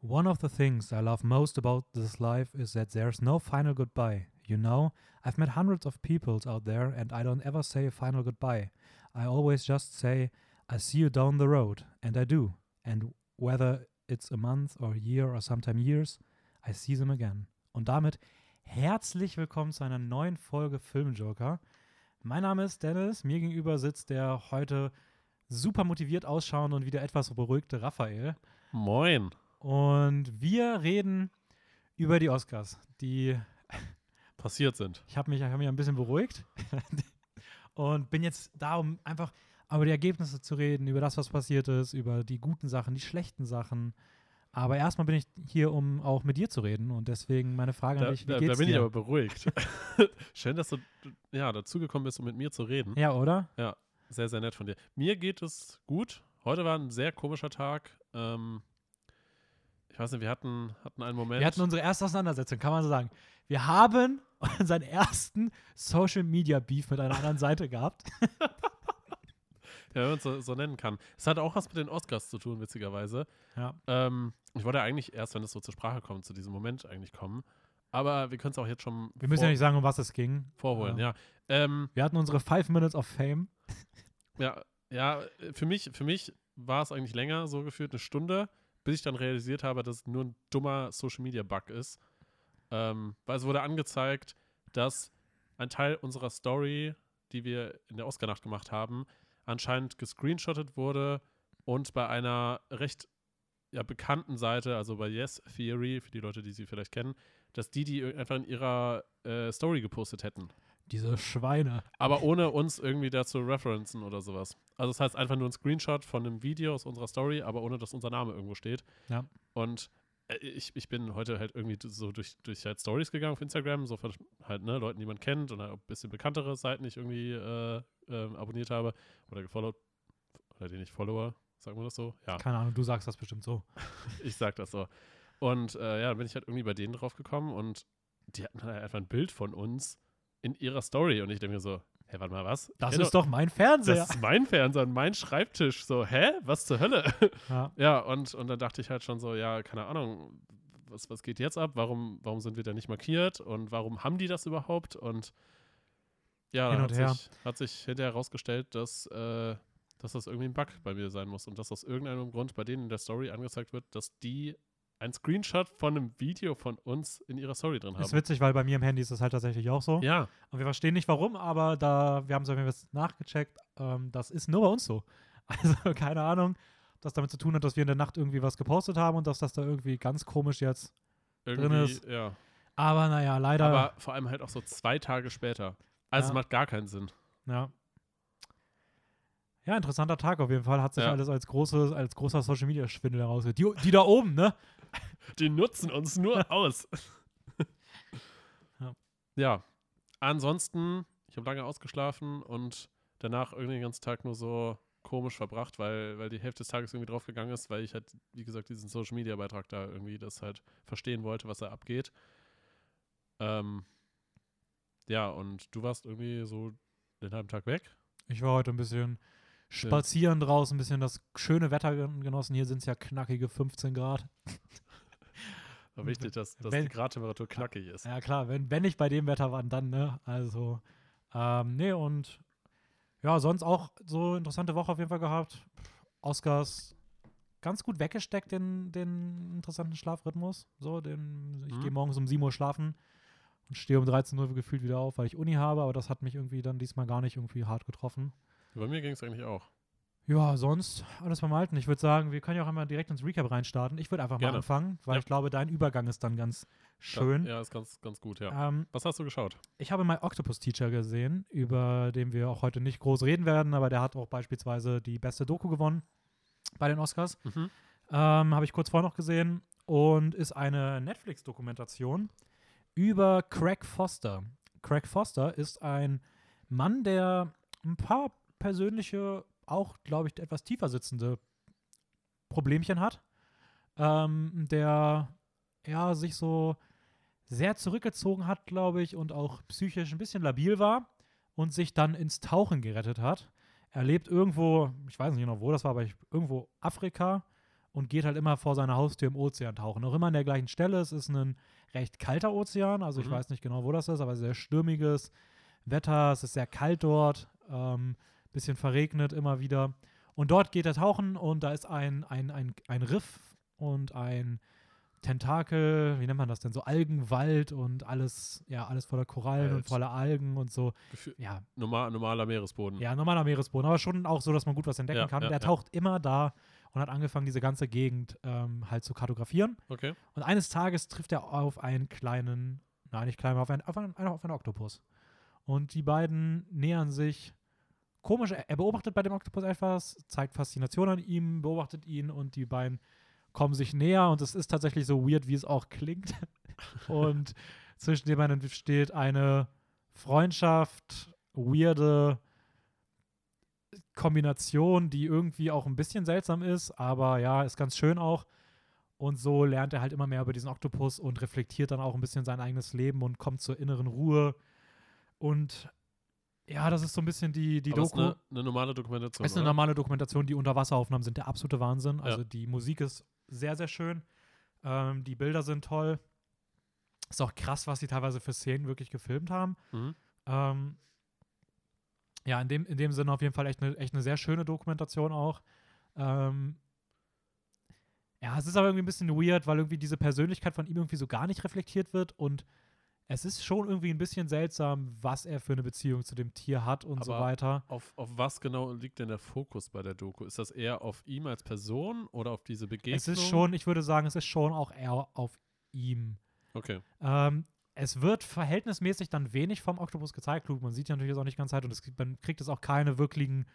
One of the things I love most about this life is that there's no final goodbye. You know, I've met hundreds of people out there and I don't ever say a final goodbye. I always just say, I see you down the road. And I do. And whether it's a month or a year or sometime years, I see them again. Und damit herzlich willkommen zu einer neuen Folge Filmjoker. Mein Name ist Dennis, mir gegenüber sitzt der heute super motiviert ausschauende und wieder etwas beruhigte Raphael. Moin. Und wir reden über die Oscars, die passiert sind. Ich hab mich ein bisschen beruhigt und bin jetzt da, um einfach über die Ergebnisse zu reden, über das, was passiert ist, über die guten Sachen, die schlechten Sachen. Aber erstmal bin ich hier, um auch mit dir zu reden und deswegen meine Frage an dich, wie geht's dir? Da bin ich aber beruhigt. Schön, dass du dazugekommen bist, um mit mir zu reden. Ja, oder? Ja, sehr, sehr nett von dir. Mir geht es gut. Heute war ein sehr komischer Tag. Ich weiß nicht, wir hatten einen Moment. Wir hatten unsere erste Auseinandersetzung, kann man so sagen. Wir haben unseren ersten Social-Media-Beef mit einer anderen Seite gehabt. Ja, wenn man es so nennen kann. Es hat auch was mit den Oscars zu tun, witzigerweise. Ja. Ich wollte eigentlich erst, wenn es so zur Sprache kommt, zu diesem Moment eigentlich kommen. Aber wir können es auch jetzt schon Wir müssen ja nicht sagen, um was es ging. Vorholen, ja. Wir hatten unsere 5 Minutes of Fame. Ja, für mich war es eigentlich länger, so gefühlt eine Stunde, bis ich dann realisiert habe, dass es nur ein dummer Social-Media-Bug ist. Weil es wurde angezeigt, dass ein Teil unserer Story, die wir in der Oscar-Nacht gemacht haben, anscheinend gescreenshottet wurde und bei einer recht bekannten Seite, also bei Yes Theory, für die Leute, die sie vielleicht kennen, dass die einfach in ihrer Story gepostet hätten. Diese Schweine. Aber ohne uns irgendwie dazu referenzen oder sowas. Also das heißt einfach nur ein Screenshot von einem Video aus unserer Story, aber ohne, dass unser Name irgendwo steht. Ja. Und ich bin heute halt irgendwie so durch halt Stories gegangen auf Instagram, so von halt, ne, Leuten, die man kennt und ein bisschen bekanntere Seiten, die ich irgendwie abonniert habe oder gefollowt, oder die nicht Follower, sagen wir das so? Ja. Keine Ahnung, du sagst das bestimmt so. Ich sag das so. Und dann bin ich halt irgendwie bei denen drauf gekommen und die hatten halt einfach ein Bild von uns in ihrer Story und ich denke mir so, hä, warte mal, was? Das ist doch mein Fernseher. Das ist mein Fernseher und mein Schreibtisch. So, hä? Was zur Hölle? Ja, und dann dachte ich halt schon so, ja, keine Ahnung, was geht jetzt ab? Warum sind wir da nicht markiert? Und warum haben die das überhaupt? Und ja, hat sich hinterher herausgestellt, dass das irgendwie ein Bug bei mir sein muss und dass aus irgendeinem Grund bei denen in der Story angezeigt wird, dass die ein Screenshot von einem Video von uns in ihrer Story drin haben. Ist witzig, weil bei mir im Handy ist das halt tatsächlich auch so. Ja. Und wir verstehen nicht warum, aber wir haben es irgendwie nachgecheckt, das ist nur bei uns so. Also keine Ahnung, ob das damit zu tun hat, dass wir in der Nacht irgendwie was gepostet haben und dass das da irgendwie ganz komisch jetzt drin ist. Ja. Aber naja, leider. Aber vor allem halt auch so 2 Tage später. Also es macht gar keinen Sinn. Ja. Ja, interessanter Tag auf jeden Fall. Hat sich alles als großer Social-Media-Schwindel herausgestellt. Die da oben, ne? Die nutzen uns nur aus. Ja. Ansonsten, ich habe lange ausgeschlafen und danach irgendwie den ganzen Tag nur so komisch verbracht, weil die Hälfte des Tages irgendwie draufgegangen ist, weil ich halt, wie gesagt, diesen Social-Media-Beitrag da irgendwie das halt verstehen wollte, was da abgeht. Ja, und du warst irgendwie so den halben Tag weg? Ich war heute ein bisschen spazieren draußen, ein bisschen das schöne Wetter genossen. Hier sind es ja knackige 15 Grad. Aber wichtig, dass die Gradtemperatur knackig ist. Ja klar, wenn ich bei dem Wetter war, dann, ne? Also, und ja, sonst auch so interessante Woche auf jeden Fall gehabt. Oscars ganz gut weggesteckt, den interessanten Schlafrhythmus. So, ich gehe morgens um 7 Uhr schlafen und stehe um 13 Uhr gefühlt wieder auf, weil ich Uni habe, aber das hat mich irgendwie dann diesmal gar nicht irgendwie hart getroffen. Bei mir ging es eigentlich auch. Ja, sonst alles beim Alten. Ich würde sagen, wir können ja auch einmal direkt ins Recap reinstarten. Ich würde einfach mal anfangen, weil ich glaube, dein Übergang ist dann ganz schön. Ja, ist ganz, ganz gut, ja. Was hast du geschaut? Ich habe My Octopus Teacher gesehen, über den wir auch heute nicht groß reden werden, aber der hat auch beispielsweise die beste Doku gewonnen bei den Oscars. Habe ich kurz vorher noch gesehen und ist eine Netflix-Dokumentation über Craig Foster. Craig Foster ist ein Mann, der ein paar persönliche, auch, glaube ich, etwas tiefer sitzende Problemchen hat, der sich so sehr zurückgezogen hat, glaube ich, und auch psychisch ein bisschen labil war und sich dann ins Tauchen gerettet hat. Er lebt irgendwo, ich weiß nicht genau, wo das war, aber irgendwo Afrika und geht halt immer vor seiner Haustür im Ozean tauchen. Auch immer an der gleichen Stelle. Es ist ein recht kalter Ozean, also ich weiß nicht genau, wo das ist, aber sehr stürmiges Wetter. Es ist sehr kalt dort, bisschen verregnet immer wieder. Und dort geht er tauchen und da ist ein Riff und ein Tentakel, wie nennt man das denn, so Algenwald und alles voller Korallen und voller Algen und so. Ja. Normaler Meeresboden. Ja, normaler Meeresboden, aber schon auch so, dass man gut was entdecken kann. Und er taucht immer da und hat angefangen, diese ganze Gegend halt zu kartografieren. Okay. Und eines Tages trifft er auf einen kleinen, auf einen Oktopus. Und die beiden nähern sich komisch. Er beobachtet bei dem Oktopus etwas, zeigt Faszination an ihm, beobachtet ihn und die beiden kommen sich näher und es ist tatsächlich so weird, wie es auch klingt. Und zwischen den beiden steht eine Freundschaft, weirde Kombination, die irgendwie auch ein bisschen seltsam ist, aber ja, ist ganz schön auch. Und so lernt er halt immer mehr über diesen Oktopus und reflektiert dann auch ein bisschen sein eigenes Leben und kommt zur inneren Ruhe. Und ja, das ist so ein bisschen die Doku. Ist eine normale Dokumentation. Ist eine normale Dokumentation. Die Unterwasseraufnahmen sind der absolute Wahnsinn. Also die Musik ist sehr, sehr schön. Die Bilder sind toll. Ist auch krass, was sie teilweise für Szenen wirklich gefilmt haben. Ja, in dem Sinne auf jeden Fall echt eine sehr schöne Dokumentation auch. Ja, es ist aber irgendwie ein bisschen weird, weil irgendwie diese Persönlichkeit von ihm irgendwie so gar nicht reflektiert wird und es ist schon irgendwie ein bisschen seltsam, was er für eine Beziehung zu dem Tier hat und so weiter. Auf was genau liegt denn der Fokus bei der Doku? Ist das eher auf ihm als Person oder auf diese Begegnung? Es ist schon, ich würde sagen, es ist schon auch eher auf ihm. Okay. Es wird verhältnismäßig dann wenig vom Oktopus gezeigt. Man sieht ja natürlich auch nicht ganz Zeit und man kriegt es auch keine wirklichen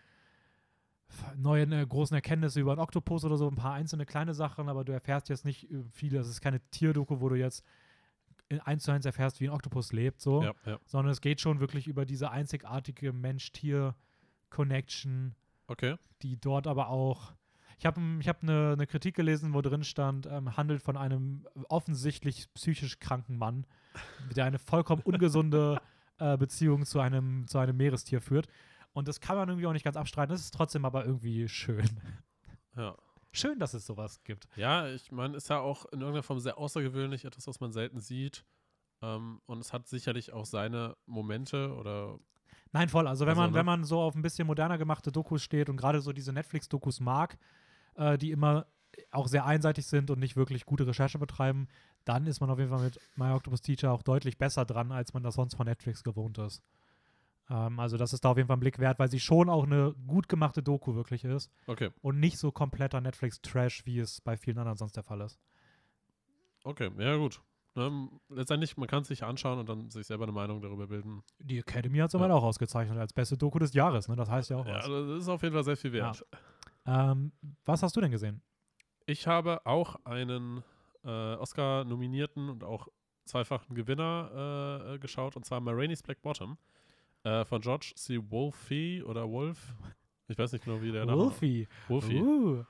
neuen großen Erkenntnisse über einen Oktopus oder so. Ein paar einzelne kleine Sachen, aber du erfährst jetzt nicht viel. Das ist keine Tierdoku, wo du jetzt in 1:1 erfährst, wie ein Oktopus lebt, so. Sondern es geht schon wirklich über diese einzigartige Mensch-Tier-Connection, die dort aber auch ich habe eine Kritik gelesen, wo drin stand, handelt von einem offensichtlich psychisch kranken Mann, der eine vollkommen ungesunde Beziehung zu einem Meerestier führt. Und das kann man irgendwie auch nicht ganz abstreiten. Das ist trotzdem aber irgendwie schön. Ja. Schön, dass es sowas gibt. Ja, ich meine, ist ja auch in irgendeiner Form sehr außergewöhnlich, etwas, was man selten sieht. Und es hat sicherlich auch seine Momente oder. Nein, voll. Also wenn man so auf ein bisschen moderner gemachte Dokus steht und gerade so diese Netflix-Dokus mag, die immer auch sehr einseitig sind und nicht wirklich gute Recherche betreiben, dann ist man auf jeden Fall mit My Octopus Teacher auch deutlich besser dran, als man das sonst von Netflix gewohnt ist. Also das ist da auf jeden Fall ein Blick wert, weil sie schon auch eine gut gemachte Doku wirklich ist. Okay. Und nicht so kompletter Netflix-Trash, wie es bei vielen anderen sonst der Fall ist. Okay, ja gut. Letztendlich, man kann es sich anschauen und dann sich selber eine Meinung darüber bilden. Die Academy hat es immerhin auch ausgezeichnet als beste Doku des Jahres, ne? Das heißt ja auch was. Ja, das ist auf jeden Fall sehr viel wert. Ja. Was hast du denn gesehen? Ich habe auch einen Oscar-nominierten und auch zweifachen Gewinner geschaut, und zwar Ma Rainey's Black Bottom von George C. Wolfe oder Wolf. Ich weiß nicht genau, wie der Name ist. Wolfe.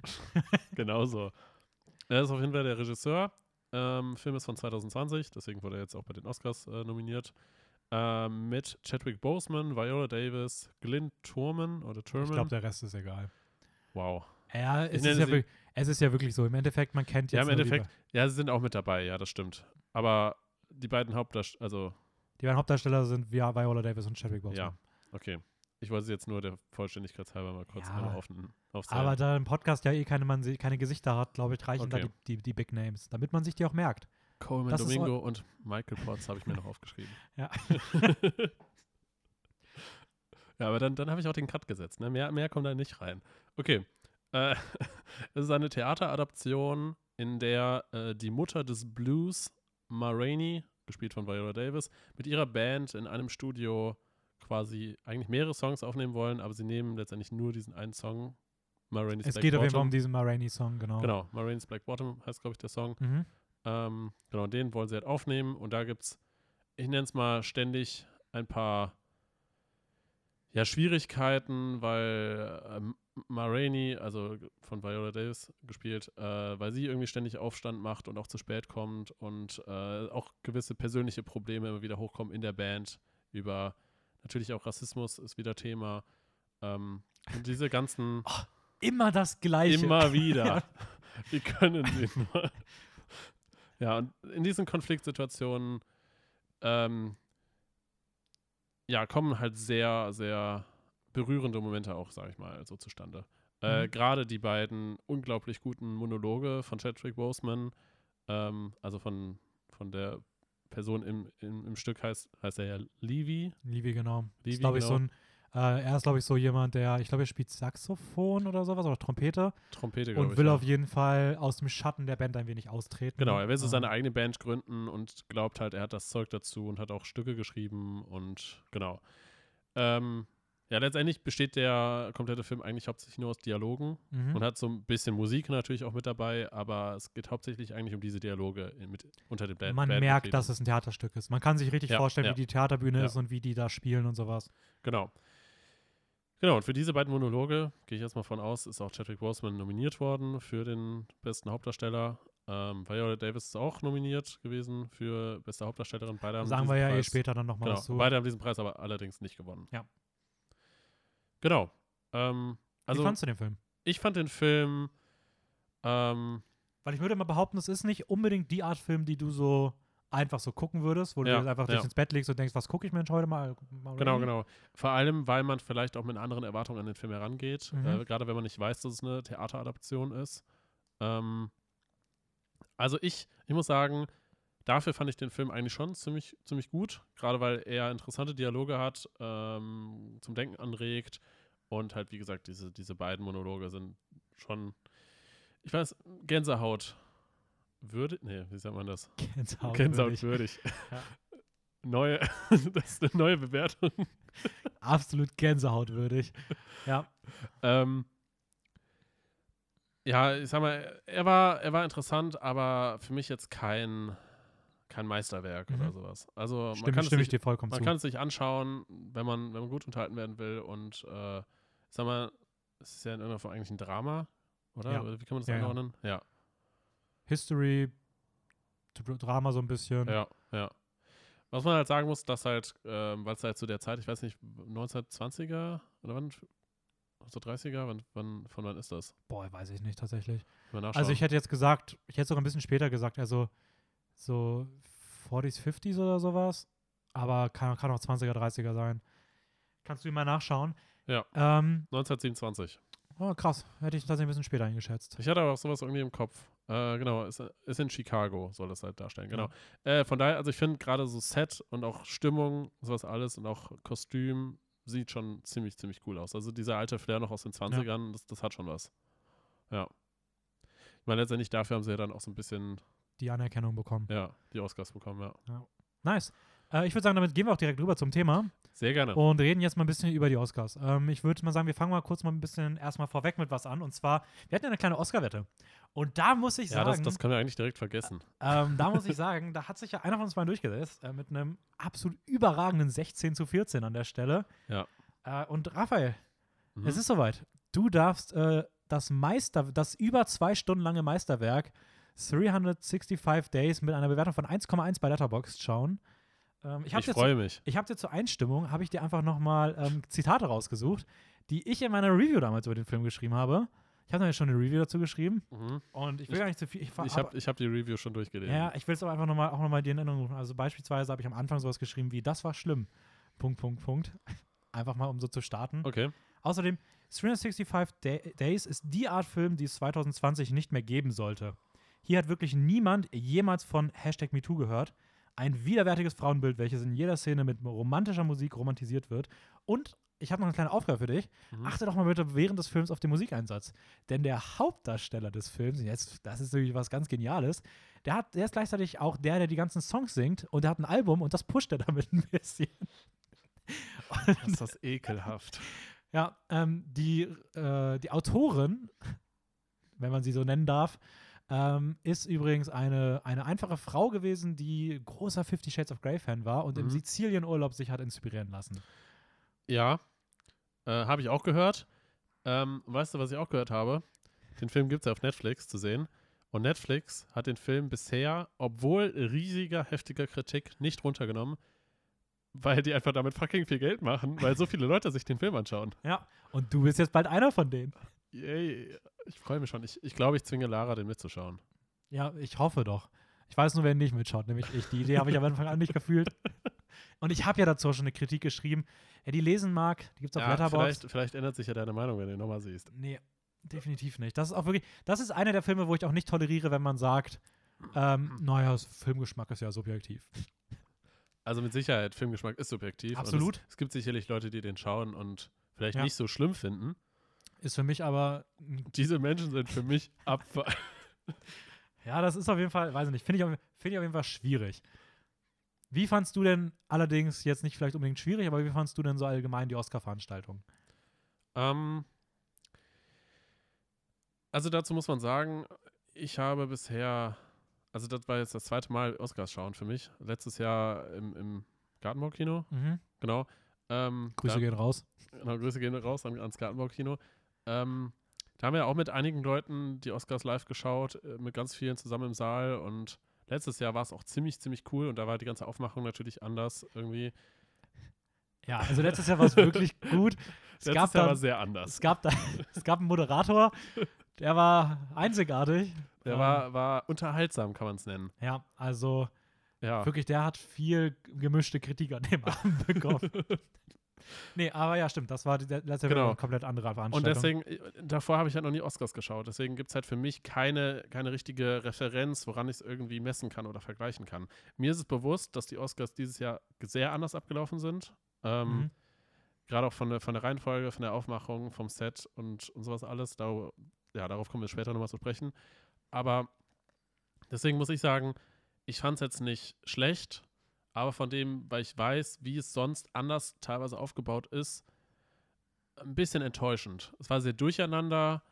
Genau so. Er ist auf jeden Fall der Regisseur. Film ist von 2020, deswegen wurde er jetzt auch bei den Oscars nominiert. Mit Chadwick Boseman, Viola Davis, Glyn Turman. Ich glaube, der Rest ist egal. Wow. Ja, es ist ja wirklich so. Im Endeffekt, man kennt jetzt. Ja, im Endeffekt, ja, sie sind auch mit dabei, ja, das stimmt. Aber die beiden Hauptdarsteller sind Viola Davis und Chadwick Boseman. Ja, okay. Ich wollte sie jetzt nur der Vollständigkeit halber mal kurz aufzählen. Aber da im Podcast ja keine Gesichter hat, glaube ich, reichen da die Big Names, damit man sich die auch merkt. Coleman Domingo und Michael Potts habe ich mir noch aufgeschrieben. Ja. Ja, aber dann habe ich auch den Cut gesetzt. Ne? Mehr kommt da nicht rein. Okay. Es ist eine Theateradaption, in der die Mutter des Blues, Ma Rainey, gespielt von Viola Davis, mit ihrer Band in einem Studio quasi eigentlich mehrere Songs aufnehmen wollen, aber sie nehmen letztendlich nur diesen einen Song, Ma Rainey's Black Bottom. Es geht auf jeden Fall um diesen Ma Rainey-Song, genau. Genau, Ma Rainey's Black Bottom heißt, glaube ich, der Song. Genau, den wollen sie halt aufnehmen und da gibt es, ich nenne es mal, ständig ein paar Schwierigkeiten, weil Ma Rainey, also von Viola Davis gespielt, weil sie irgendwie ständig Aufstand macht und auch zu spät kommt und auch gewisse persönliche Probleme immer wieder hochkommen in der Band. Über natürlich auch Rassismus ist wieder Thema. Und diese ganzen immer das Gleiche. Immer wieder. Wie können sie nur? Ja, und in diesen Konfliktsituationen kommen halt sehr, sehr berührende Momente auch, sag ich mal, so zustande. Gerade die beiden unglaublich guten Monologe von Chadwick Boseman, also von der Person im Stück heißt er ja Levy. Levy, genau. Levy, Ist, glaube ich, genau. er ist, glaube ich, so jemand, ich glaube, er spielt Saxophon oder sowas oder Trompete Trompete, glaube ich. und will auf jeden Fall aus dem Schatten der Band ein wenig austreten. Genau, er will so seine eigene Band gründen und glaubt halt, er hat das Zeug dazu und hat auch Stücke geschrieben und genau. Letztendlich besteht der komplette Film eigentlich hauptsächlich nur aus Dialogen und hat so ein bisschen Musik natürlich auch mit dabei, aber es geht hauptsächlich eigentlich um diese Dialoge unter den Band. Man merkt, dass es ein Theaterstück ist. Man kann sich richtig vorstellen, wie die Theaterbühne ist und wie die da spielen und sowas. Genau, und für diese beiden Monologe, gehe ich jetzt mal von aus, ist auch Chadwick Boseman nominiert worden für den besten Hauptdarsteller. Viola Davis ist auch nominiert gewesen für beste Hauptdarstellerin. Beide haben Sagen wir ja Preis, später dann nochmal dazu. Beide haben diesen Preis aber allerdings nicht gewonnen. Ja. Genau. Wie fandst du den Film? Ich fand den Film weil ich würde mal behaupten, es ist nicht unbedingt die Art Film, die du so einfach so gucken würdest, wo du jetzt einfach dich ins Bett legst und denkst, was gucke ich mir denn heute mal? Genau. Vor allem, weil man vielleicht auch mit anderen Erwartungen an den Film herangeht. Gerade wenn man nicht weiß, dass es eine Theateradaption ist. Also ich muss sagen, dafür fand ich den Film eigentlich schon ziemlich, ziemlich gut. Gerade weil er interessante Dialoge hat, zum Denken anregt und halt, wie gesagt, diese beiden Monologe sind schon, ich weiß, Gänsehaut würdig. Nee, wie sagt man das? Gänsehaut würdig. Ja. Das ist eine neue Bewertung. Absolut gänsehautwürdig. Ja. Ich sag mal, er war interessant, aber für mich jetzt kein Meisterwerk oder sowas. Also stimme ich dir vollkommen zu. Man kann es sich anschauen, wenn man gut unterhalten werden will und ich sag mal, es ist ja in irgendeiner Form eigentlich ein Drama, oder? Ja. Oder wie kann man das einordnen? Ja. History, Drama so ein bisschen. Ja. Was man halt sagen muss, dass halt, weil es halt zu der Zeit, ich weiß nicht, 1920er oder wann? 1930er? Von wann ist das? Boah, weiß ich nicht tatsächlich. Also ich hätte jetzt gesagt, ich hätte sogar ein bisschen später gesagt, also so 40s, 50s oder sowas. Aber kann auch 20er, 30er sein. Kannst du mal nachschauen. Ja, 1927. Oh, krass. Hätte ich tatsächlich ein bisschen später eingeschätzt. Ich hatte aber auch sowas irgendwie im Kopf. Genau, ist in Chicago, soll das halt darstellen. Genau. Von daher, also ich finde gerade so Set und auch Stimmung, sowas alles und auch Kostüm sieht schon ziemlich, ziemlich cool aus. Also dieser alte Flair noch aus den 20ern, das hat schon was. Ja. Ich meine, letztendlich dafür haben sie ja dann auch so ein bisschen die Anerkennung bekommen. Ja, die Oscars bekommen, ja. Nice. Ich würde sagen, damit gehen wir auch direkt rüber zum Thema. Sehr gerne. Und reden jetzt mal ein bisschen über die Oscars. Ich würde mal sagen, wir fangen mal kurz mal ein bisschen erstmal vorweg mit was an. Und zwar, wir hatten ja eine kleine Oscar-Wette. Und da muss ich sagen. Ja, das können wir eigentlich direkt vergessen. Da muss ich sagen, da hat sich ja einer von uns mal durchgesetzt. Mit einem absolut überragenden 16:14 an der Stelle. Ja. Und Raphael, es ist soweit. Du darfst das über 2 Stunden lange Meisterwerk 365 Days mit einer Bewertung von 1,1 bei Letterboxd schauen. Ich freue mich. Ich habe dir zur Einstimmung, habe ich dir einfach nochmal Zitate rausgesucht, die ich in meiner Review damals über den Film geschrieben habe. Ich habe ja schon eine Review dazu geschrieben. Und ich will gar nicht zu viel. Ich hab die Review schon durchgelesen. Ja, ich will es aber einfach auch nochmal dir in Erinnerung rufen. Also beispielsweise habe ich am Anfang sowas geschrieben wie, das war schlimm. .. Einfach mal, um so zu starten. Okay. Außerdem, 365 Days ist die Art Film, die es 2020 nicht mehr geben sollte. Hier hat wirklich niemand jemals von #MeToo gehört. Ein widerwärtiges Frauenbild, welches in jeder Szene mit romantischer Musik romantisiert wird. Und ich habe noch eine kleine Aufgabe für dich. Achte doch mal bitte während des Films auf den Musikeinsatz. Denn der Hauptdarsteller des Films, jetzt, das ist natürlich was ganz Geniales, der ist gleichzeitig auch der die ganzen Songs singt und der hat ein Album und das pusht er damit ein bisschen. Ist das ekelhaft. Ja, die Autorin, wenn man sie so nennen darf, ist übrigens eine einfache Frau gewesen, die großer 50 Shades of Grey-Fan war und im Sizilienurlaub sich hat inspirieren lassen. Ja, habe ich auch gehört. Weißt du, was ich auch gehört habe? Den Film gibt es ja auf Netflix zu sehen. Und Netflix hat den Film bisher, obwohl riesiger, heftiger Kritik, nicht runtergenommen, weil die einfach damit fucking viel Geld machen, weil so viele Leute sich den Film anschauen. Ja, und du bist jetzt bald einer von denen. Yay. Ich freue mich schon. Ich glaube, ich zwinge Lara, den mitzuschauen. Ja, ich hoffe doch. Ich weiß nur, wer nicht mitschaut, nämlich ich. Die Idee habe ich am Anfang an nicht gefühlt. Und ich habe ja dazu schon eine Kritik geschrieben. Wer die lesen mag, die gibt es auf Letterboxd. Vielleicht ändert sich ja deine Meinung, wenn du ihn nochmal siehst. Nee, definitiv nicht. Das ist auch wirklich, das ist einer der Filme, wo ich auch nicht toleriere, wenn man sagt, naja, Filmgeschmack ist ja subjektiv. Also mit Sicherheit, Filmgeschmack ist subjektiv. Absolut. Und es gibt sicherlich Leute, die den schauen und vielleicht Ja. nicht so schlimm finden. Ist für mich aber, Diese Menschen sind für mich Abfall. ja, das ist auf jeden Fall, weiß ich nicht, finde ich auf jeden Fall schwierig. Wie fandst du denn allerdings, jetzt nicht vielleicht unbedingt schwierig, aber wie fandst du denn so allgemein die Oscar-Veranstaltung? Also dazu muss man sagen, ich habe bisher, also das war jetzt das zweite Mal Oscars schauen für mich. Letztes Jahr im Gartenbaukino, genau. Grüße gehen raus. Genau, Grüße gehen raus ans Gartenbaukino. Da haben wir auch mit einigen Leuten die Oscars live geschaut, mit ganz vielen zusammen im Saal und letztes Jahr war es auch ziemlich, ziemlich cool und da war die ganze Aufmachung natürlich anders irgendwie. Ja, also letztes Jahr war es wirklich gut. Letztes Jahr war sehr anders. Es gab einen Moderator, der war einzigartig. Der war unterhaltsam, kann man es nennen. Ja, also Ja. wirklich, der hat viel gemischte Kritik an dem Abend bekommen. Nee, aber ja, stimmt, das war letzte Jahr eine komplett andere Veranstaltung. Und deswegen, davor habe ich halt noch nie Oscars geschaut. Deswegen gibt es halt für mich keine richtige Referenz, woran ich es irgendwie messen kann oder vergleichen kann. Mir ist es bewusst, dass die Oscars dieses Jahr sehr anders abgelaufen sind. Gerade auch von der Reihenfolge, von der Aufmachung, vom Set und sowas alles. Darauf kommen wir später nochmal zu sprechen. Aber deswegen muss ich sagen, ich fand es jetzt nicht schlecht, aber von dem, weil ich weiß, wie es sonst anders teilweise aufgebaut ist, ein bisschen enttäuschend. Es war sehr durcheinander.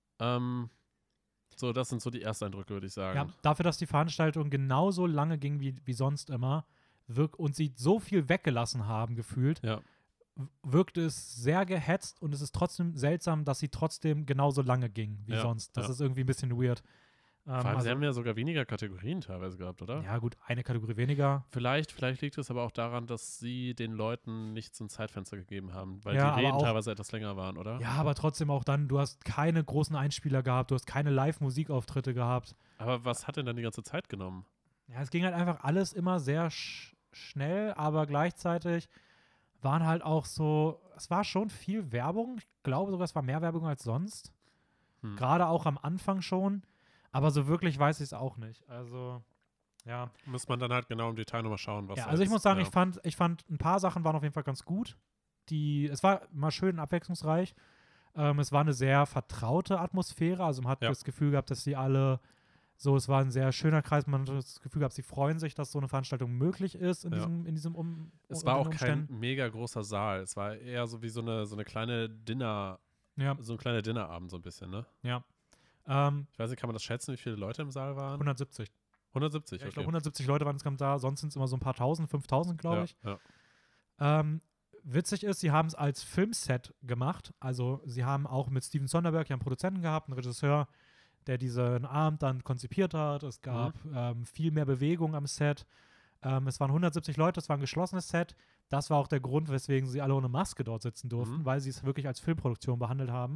Das sind so die Ersteindrücke, würde ich sagen. Ja, dafür, dass die Veranstaltung genauso lange ging wie sonst immer und sie so viel weggelassen haben, gefühlt, wirkte es sehr gehetzt und es ist trotzdem seltsam, dass sie trotzdem genauso lange ging wie sonst. Das ist irgendwie ein bisschen weird. Vor allem, sie haben ja sogar weniger Kategorien teilweise gehabt, oder? Ja, gut, eine Kategorie weniger. Vielleicht liegt es aber auch daran, dass sie den Leuten nicht so ein Zeitfenster gegeben haben, weil Ja, die Reden auch, teilweise etwas länger waren, oder? Ja, aber trotzdem auch dann, du hast keine großen Einspieler gehabt, du hast keine Live-Musikauftritte gehabt. Aber was hat denn dann die ganze Zeit genommen? Ja, es ging halt einfach alles immer sehr schnell, aber gleichzeitig waren halt auch so, es war schon viel Werbung. Ich glaube sogar, es war mehr Werbung als sonst. Gerade auch am Anfang schon. Aber so wirklich weiß ich es auch nicht. Also, ja. Muss man dann halt genau im Detail nochmal schauen, was ja, also ich muss sagen, ich fand, ein paar Sachen waren auf jeden Fall ganz gut. Es war mal schön abwechslungsreich. Es war eine sehr vertraute Atmosphäre. Also man hat das Gefühl gehabt, dass sie alle es war ein sehr schöner Kreis. Man hat das Gefühl gehabt, sie freuen sich, dass so eine Veranstaltung möglich ist in diesem Es war auch kein mega großer Saal. Es war eher so wie so eine kleine so ein kleiner Dinnerabend so ein bisschen, ne? Ja. Ich weiß nicht, kann man das schätzen, wie viele Leute im Saal waren? 170. 170, ja, ich glaube, 170 Leute waren insgesamt da. Sonst sind es immer so ein paar tausend, 5000, glaube ich. Ja. Witzig ist, sie haben es als Filmset gemacht. Also sie haben auch mit Steven Soderbergh ja einen Produzenten gehabt, einen Regisseur, der diesen Abend dann konzipiert hat. Es gab viel mehr Bewegung am Set. Es waren 170 Leute, es war ein geschlossenes Set. Das war auch der Grund, weswegen sie alle ohne Maske dort sitzen durften, weil sie es wirklich als Filmproduktion behandelt haben.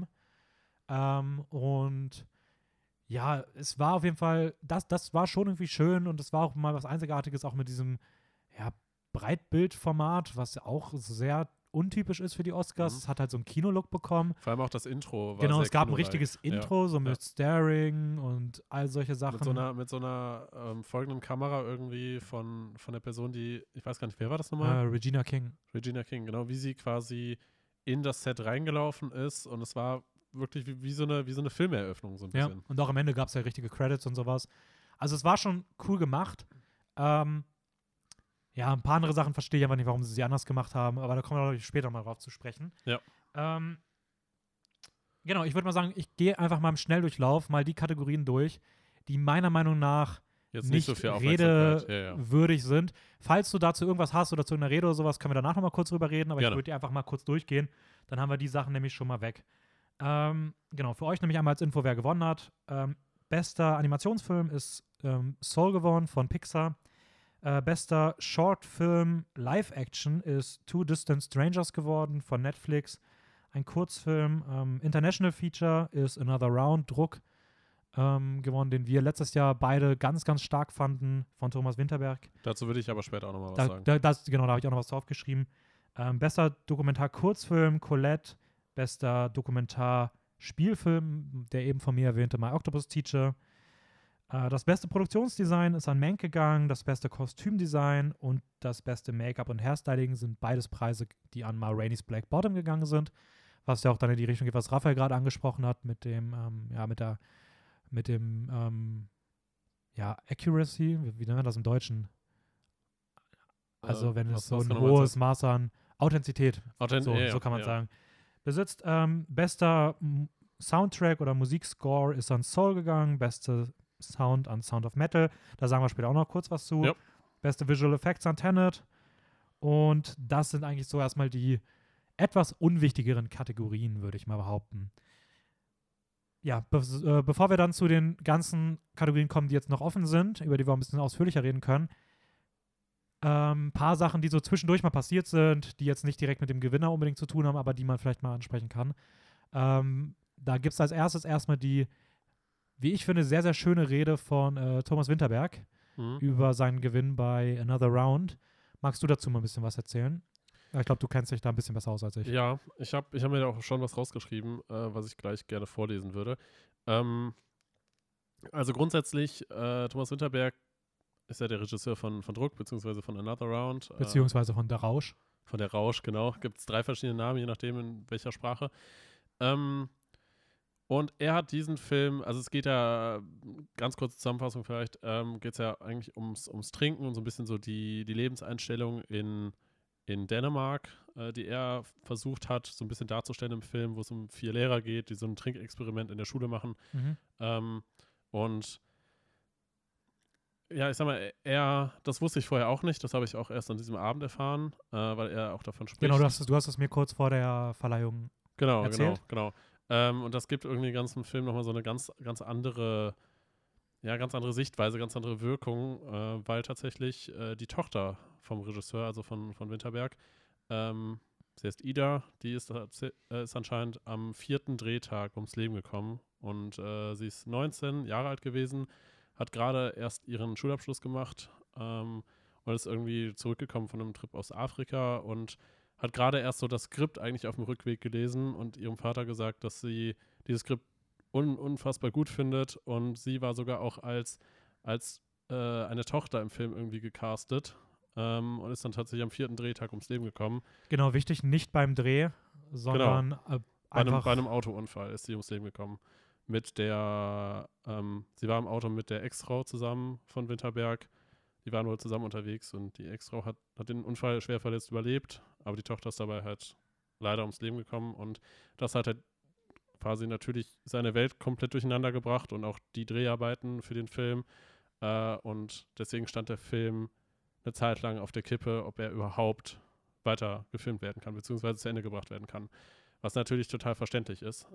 Und ja, es war auf jeden Fall, das war schon irgendwie schön und es war auch mal was Einzigartiges, auch mit diesem Breitbildformat, was ja auch sehr untypisch ist für die Oscars. Es hat halt so einen Kinolook bekommen. Vor allem auch das Intro war genau, sehr es gab ein richtiges Intro, so mit Staring und all solche Sachen. Mit so einer folgenden Kamera irgendwie von der Person, die, ich weiß gar nicht, wer war das nochmal? Regina King. Regina King, genau, wie sie quasi in das Set reingelaufen ist und es war wirklich wie so eine Filmeröffnung so ein bisschen. Ja, und auch am Ende gab es ja richtige Credits und sowas. Also es war schon cool gemacht. Ja, ein paar andere Sachen verstehe ich aber nicht, warum sie anders gemacht haben, aber da kommen wir später mal drauf zu sprechen. Ja. Genau, ich würde mal sagen, ich gehe einfach mal im Schnelldurchlauf mal die Kategorien durch, die meiner Meinung nach jetzt nicht so viel redewürdig sind. Falls du dazu irgendwas hast oder zu einer Rede oder sowas, können wir danach nochmal kurz drüber reden, aber Gerne. Ich würde dir einfach mal kurz durchgehen. Dann haben wir die Sachen nämlich schon mal weg. Genau, für euch nämlich einmal als Info, wer gewonnen hat. Bester Animationsfilm ist Soul gewonnen von Pixar. Bester Shortfilm Live-Action ist Two Distant Strangers geworden von Netflix. ein Kurzfilm. International Feature ist Another Round, Druck gewonnen, den wir letztes Jahr beide ganz, ganz stark fanden, von Thomas Winterberg. Dazu würde ich aber später auch nochmal was sagen. Genau, da habe ich auch noch was drauf geschrieben. Bester Dokumentar-Kurzfilm, Colette. Bester Dokumentar-Spielfilm, der eben von mir erwähnte My Octopus Teacher. Das beste Produktionsdesign ist an Menk gegangen, das beste Kostümdesign und das beste Make-up und Hairstyling sind beides Preise, die an Ma Rainey's Black Bottom gegangen sind, was ja auch dann in die Richtung geht, was Raphael gerade angesprochen hat mit dem, Accuracy, wie nennt man das im Deutschen? Also wenn es so ein hohes Maß an Authentizität, so kann man sagen, besitzt. Bester Soundtrack oder Musikscore ist an Soul gegangen, beste Sound an Sound of Metal, da sagen wir später auch noch kurz was zu. Ja. Beste Visual Effects an Tenet und das sind eigentlich so erstmal die etwas unwichtigeren Kategorien, würde ich mal behaupten. Ja, bevor wir dann zu den ganzen Kategorien kommen, die jetzt noch offen sind, über die wir ein bisschen ausführlicher reden können, ein paar Sachen, die so zwischendurch mal passiert sind, die jetzt nicht direkt mit dem Gewinner unbedingt zu tun haben, aber die man vielleicht mal ansprechen kann. Da gibt es als erstes erstmal die, wie ich finde, sehr, sehr schöne Rede von Thomas Winterberg über seinen Gewinn bei Another Round. Magst du dazu mal ein bisschen was erzählen? Ich glaube, du kennst dich da ein bisschen besser aus als ich. Ja, ich hab mir da auch schon was rausgeschrieben, was ich gleich gerne vorlesen würde. Also grundsätzlich, Thomas Winterberg ist ja der Regisseur von Druck, beziehungsweise von Another Round. Beziehungsweise von Der Rausch. Von Der Rausch, genau. Gibt es 3 verschiedene Namen, je nachdem in welcher Sprache. Und er hat diesen Film, also es geht ja, ganz kurze Zusammenfassung vielleicht, geht es ja eigentlich ums Trinken und so ein bisschen so die Lebenseinstellung in Dänemark, die er versucht hat, so ein bisschen darzustellen im Film, wo es um 4 Lehrer geht, die so ein Trinkexperiment in der Schule machen. Und ja, ich sag mal, das wusste ich vorher auch nicht, das habe ich auch erst an diesem Abend erfahren, weil er auch davon spricht. Genau, du hast es mir kurz vor der Verleihung erzählt. Genau. Und das gibt irgendwie den ganzen Film nochmal so eine ganz andere Sichtweise, ganz andere Wirkung, weil tatsächlich die Tochter vom Regisseur, also von Winterberg, sie heißt Ida, die ist anscheinend am 4. Drehtag ums Leben gekommen und sie ist 19 Jahre alt gewesen, hat gerade erst ihren Schulabschluss gemacht und ist irgendwie zurückgekommen von einem Trip aus Afrika und hat gerade erst so das Skript eigentlich auf dem Rückweg gelesen und ihrem Vater gesagt, dass sie dieses Skript unfassbar gut findet und sie war sogar auch als eine Tochter im Film irgendwie gecastet und ist dann tatsächlich am 4. Drehtag ums Leben gekommen. Genau, wichtig, nicht beim Dreh, sondern einfach bei einem Autounfall ist sie ums Leben gekommen. Sie war im Auto mit der Ex-Frau zusammen von Winterberg. Die waren wohl zusammen unterwegs und die Ex-Frau hat den Unfall schwer verletzt überlebt, aber die Tochter ist dabei halt leider ums Leben gekommen und das hat halt quasi natürlich seine Welt komplett durcheinander gebracht und auch die Dreharbeiten für den Film und deswegen stand der Film eine Zeit lang auf der Kippe, ob er überhaupt weiter gefilmt werden kann, beziehungsweise zu Ende gebracht werden kann, was natürlich total verständlich ist.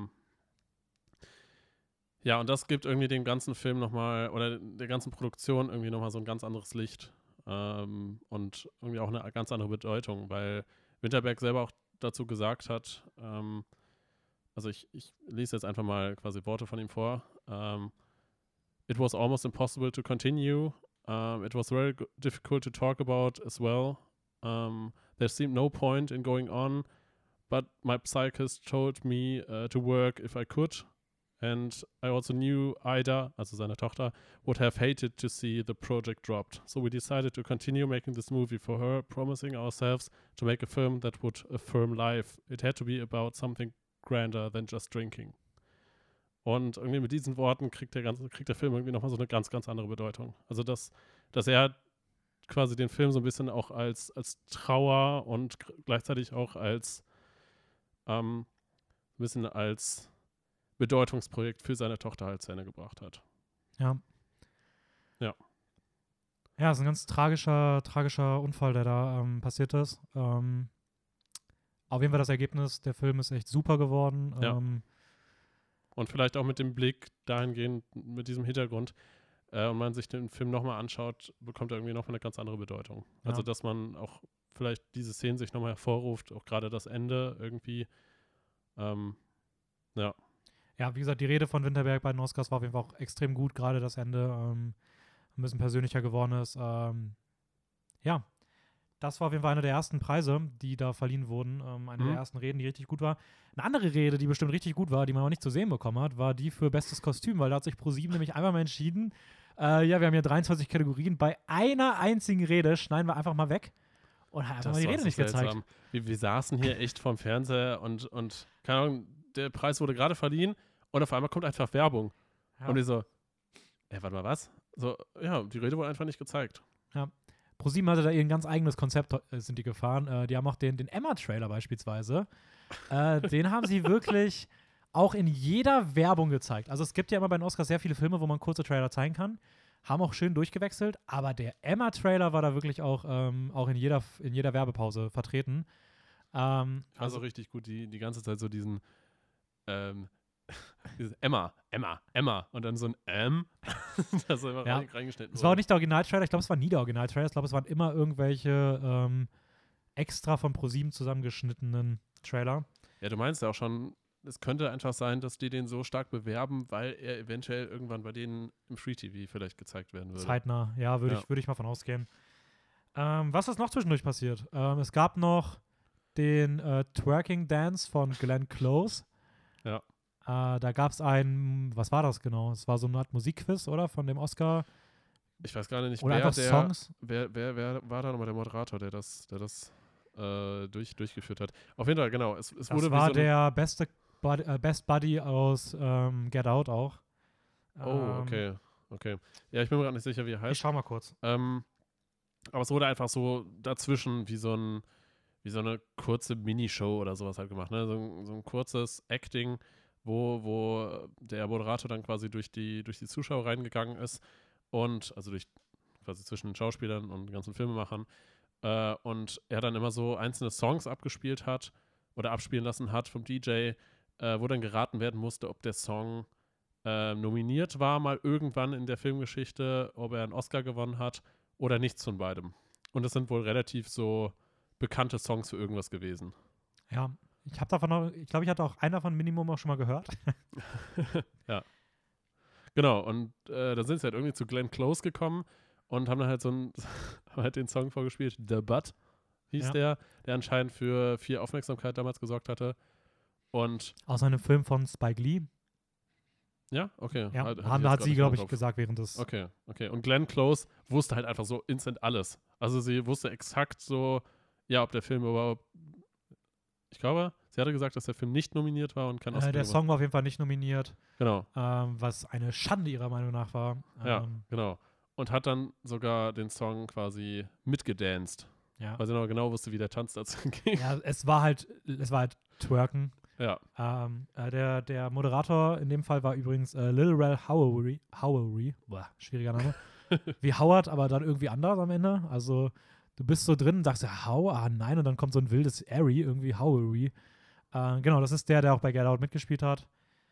Ja, und das gibt irgendwie dem ganzen Film nochmal, oder der ganzen Produktion irgendwie nochmal so ein ganz anderes Licht und irgendwie auch eine ganz andere Bedeutung, weil Winterberg selber auch dazu gesagt hat, also ich lese jetzt einfach mal quasi Worte von ihm vor. It was almost impossible to continue. It was very difficult to talk about as well. There seemed no point in going on, but my psychist told me to work if I could. And I also knew Ida, also seine Tochter, would have hated to see the project dropped. So we decided to continue making this movie for her, promising ourselves to make a film that would affirm life. It had to be about something grander than just drinking. Und irgendwie mit diesen Worten kriegt der Film irgendwie nochmal so eine ganz, ganz andere Bedeutung. Also dass er quasi den Film so ein bisschen auch als Trauer und gleichzeitig auch als ein bisschen als Bedeutungsprojekt für seine Tochter halt zu Ende gebracht hat. Ja. Ja. Ja, es ist ein ganz tragischer Unfall, der da passiert ist. Auf jeden Fall das Ergebnis, der Film ist echt super geworden. Ja. Und vielleicht auch mit dem Blick dahingehend, mit diesem Hintergrund, und man sich den Film nochmal anschaut, bekommt er irgendwie nochmal eine ganz andere Bedeutung. Ja. Also, dass man auch vielleicht diese Szenen sich nochmal hervorruft, auch gerade das Ende irgendwie, Ja. Ja, wie gesagt, die Rede von Winterberg bei den Oscars war auf jeden Fall auch extrem gut, gerade das Ende ein bisschen persönlicher geworden ist. Ja, das war auf jeden Fall einer der ersten Preise, die da verliehen wurden. Eine der ersten Reden, die richtig gut war. Eine andere Rede, die bestimmt richtig gut war, die man auch nicht zu sehen bekommen hat, war die für bestes Kostüm, weil da hat sich ProSieben nämlich einmal mal entschieden, ja, wir haben hier 23 Kategorien, bei einer einzigen Rede schneiden wir einfach mal weg und haben einfach mal die Rede nicht gezeigt. Wir saßen hier echt vorm Fernseher und keine Ahnung, der Preis wurde gerade verliehen und auf einmal kommt einfach Werbung. Ja. Und ich so, warte mal, was? So, ja, die Rede wurde einfach nicht gezeigt. Ja. ProSieben hatte da ihr ganz eigenes Konzept, sind die gefahren. Die haben auch den Emma-Trailer beispielsweise. Den haben sie wirklich auch in jeder Werbung gezeigt. Also es gibt ja immer bei den Oscars sehr viele Filme, wo man kurze Trailer zeigen kann. Haben auch schön durchgewechselt, aber der Emma-Trailer war da wirklich auch in jeder Werbepause vertreten. Also richtig gut, die ganze Zeit so dieses Emma und dann so ein das ist immer reingeschnitten Es war auch nicht der Originaltrailer, ich glaube, es war nie der Originaltrailer. Ich glaube, es waren immer irgendwelche extra von ProSieben zusammengeschnittenen Trailer. Ja, du meinst ja auch schon, es könnte einfach sein, dass die den so stark bewerben, weil er eventuell irgendwann bei denen im Free TV vielleicht gezeigt werden würde. Zeitnah, ja, würde ich mal von ausgehen. Was ist noch zwischendurch passiert? Es gab noch den Twerking Dance von Glenn Close. Ja. Da gab es was war das genau? Es war so eine Art Musikquiz, oder? Von dem Oscar. Ich weiß gerade nicht, oder Songs. Wer war da nochmal der Moderator, der das durchgeführt hat? Auf jeden Fall, genau. Es wurde war der Best Buddy aus Get Out auch. Oh, okay. Ja, ich bin mir gerade nicht sicher, wie er heißt. Ich schau mal kurz. Aber es wurde einfach so dazwischen wie so eine kurze Minishow oder sowas halt gemacht. Ne? So ein kurzes Acting, wo der Moderator dann quasi durch die Zuschauer reingegangen ist und also quasi zwischen den Schauspielern und den ganzen Filmemachern und er dann immer so einzelne Songs abgespielt hat oder abspielen lassen hat vom DJ, wo dann geraten werden musste, ob der Song nominiert war mal irgendwann in der Filmgeschichte, ob er einen Oscar gewonnen hat oder nichts von beidem. Und das sind wohl relativ so bekannte Songs für irgendwas gewesen. Ja, ich glaube, ich hatte auch einer von Minimum auch schon mal gehört. Ja. Genau, und da sind sie halt irgendwie zu Glenn Close gekommen und haben dann halt halt den Song vorgespielt. The Butt hieß der anscheinend für viel Aufmerksamkeit damals gesorgt hatte. Und aus einem Film von Spike Lee. Ja, okay. Ja, hat sie, glaube ich, gesagt während des. Okay. Und Glenn Close wusste halt einfach so instant alles. Also sie wusste exakt so, ja, ob der Film überhaupt. Ich glaube, sie hatte gesagt, dass der Film nicht nominiert war und kein Oscar. Der Song war auf jeden Fall nicht nominiert. Genau. Was eine Schande ihrer Meinung nach war. Ja, genau. Und hat dann sogar den Song quasi mitgedanced. Ja. Weil sie noch genau wusste, wie der Tanz dazu ging. Ja, es war halt Twerken. Ja. Der Moderator in dem Fall war übrigens Lil Rel Howery. Boah, schwieriger Name. Wie Howard, aber dann irgendwie anders am Ende. Also du bist so drin und sagst ja, nein, und dann kommt so ein wildes Airy, irgendwie Howery. Genau, das ist der auch bei Get Out mitgespielt hat.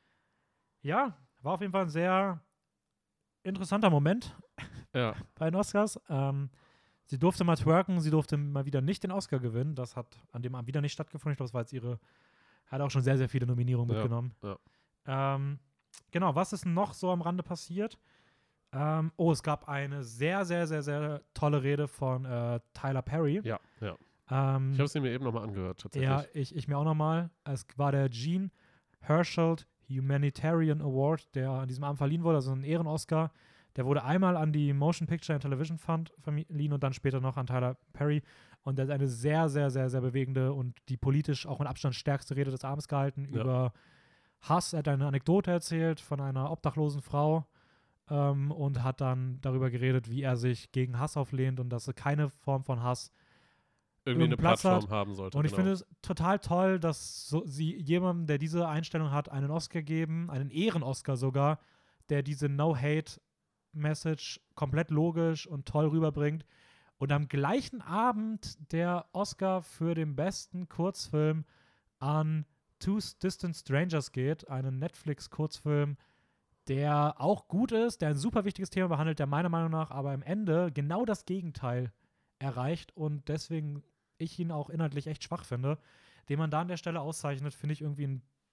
Ja, war auf jeden Fall ein sehr interessanter Moment bei den Oscars. Sie durfte mal twerken, sie durfte mal wieder nicht den Oscar gewinnen. Das hat an dem Abend wieder nicht stattgefunden. Ich glaube, das war jetzt hat auch schon sehr, sehr viele Nominierungen mitgenommen. Ja. Genau, was ist noch so am Rande passiert? Es gab eine sehr, sehr, sehr, sehr tolle Rede von Tyler Perry. Ja. Ich habe es mir eben nochmal angehört, tatsächlich. Ja, ich mir auch nochmal. Es war der Gene Herschel Humanitarian Award, der an diesem Abend verliehen wurde, also ein Ehren-Oscar. Der wurde einmal an die Motion Picture and Television Fund verliehen und dann später noch an Tyler Perry. Und der hat eine sehr, sehr, sehr, sehr bewegende und die politisch auch mit Abstand stärkste Rede des Abends gehalten über Hass. Er hat eine Anekdote erzählt von einer obdachlosen Frau und hat dann darüber geredet, wie er sich gegen Hass auflehnt und dass keine Form von Hass irgendwie eine Plattform haben sollte. Und ich finde es total toll, dass sie jemandem, der diese Einstellung hat, einen Oscar geben, einen Ehren-Oscar sogar, der diese No-Hate-Message komplett logisch und toll rüberbringt. Und am gleichen Abend der Oscar für den besten Kurzfilm an Two Distant Strangers geht, einen Netflix-Kurzfilm, der auch gut ist, der ein super wichtiges Thema behandelt, der meiner Meinung nach aber am Ende genau das Gegenteil erreicht und deswegen ich ihn auch inhaltlich echt schwach finde, den man da an der Stelle auszeichnet, finde ich irgendwie ein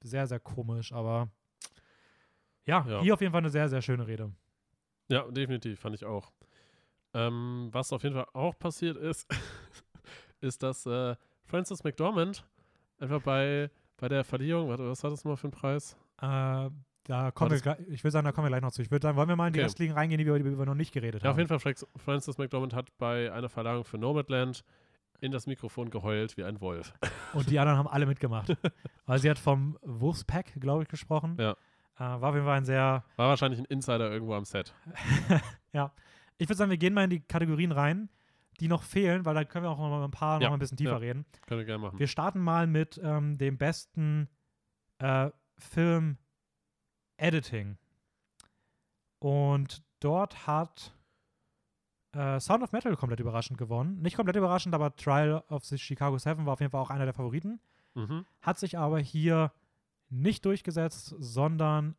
sehr, sehr komisch, aber ja, Ja. hier auf jeden Fall eine sehr, sehr schöne Rede. Ja, definitiv, fand ich auch. Was auf jeden Fall auch passiert ist, ist, dass Frances McDormand einfach bei der Verleihung, warte, was hat das mal für einen Preis? Da kommen wir gleich, ich würde sagen, da kommen wir gleich noch zu. Ich würde sagen, wollen wir mal in die Okay. restlichen reingehen, über die wir noch nicht geredet Ja, haben. auf jeden Fall, Frances McDormand hat bei einer Verleihung für Nomadland in das Mikrofon geheult wie ein Wolf. Und die anderen haben alle mitgemacht. Weil sie hat vom Wolfpack, glaube ich, gesprochen. Ja. War auf jeden Fall ein sehr, War wahrscheinlich ein Insider irgendwo am Set. ja. Ich würde sagen, wir gehen mal in die Kategorien rein, die noch fehlen, weil dann können wir auch noch mal ein paar noch mal ein bisschen tiefer reden. Können wir gerne machen. Wir starten mal mit dem besten Film-Editing. Und dort hat Sound of Metal komplett überraschend gewonnen. Nicht komplett überraschend, aber Trial of the Chicago 7 war auf jeden Fall auch einer der Favoriten. Mhm. Hat sich aber hier nicht durchgesetzt, sondern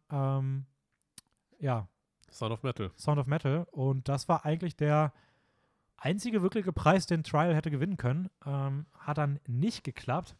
Sound of Metal. Sound of Metal. Und das war eigentlich der einzige wirkliche Preis, den Trial hätte gewinnen können. Hat dann nicht geklappt.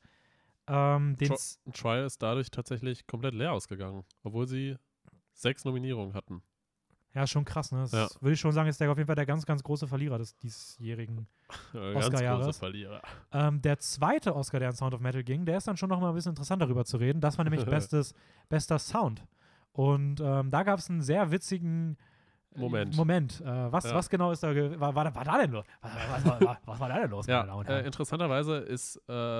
Trial ist dadurch tatsächlich komplett leer ausgegangen, obwohl sie 6 Nominierungen hatten. Ja, schon krass, ne? Das Ja. würde ich schon sagen, ist der auf jeden Fall der ganz, ganz große Verlierer des diesjährigen Ganz Oscar-Jahres. große Verlierer. Der zweite Oscar, der an Sound of Metal ging, der ist dann schon noch mal ein bisschen interessant darüber zu reden. Das war nämlich bester Sound. Und da gab es einen sehr witzigen Moment. Was genau ist da, war da denn los? Was war da denn los, meine Damen und Ja, Herren? interessanterweise ist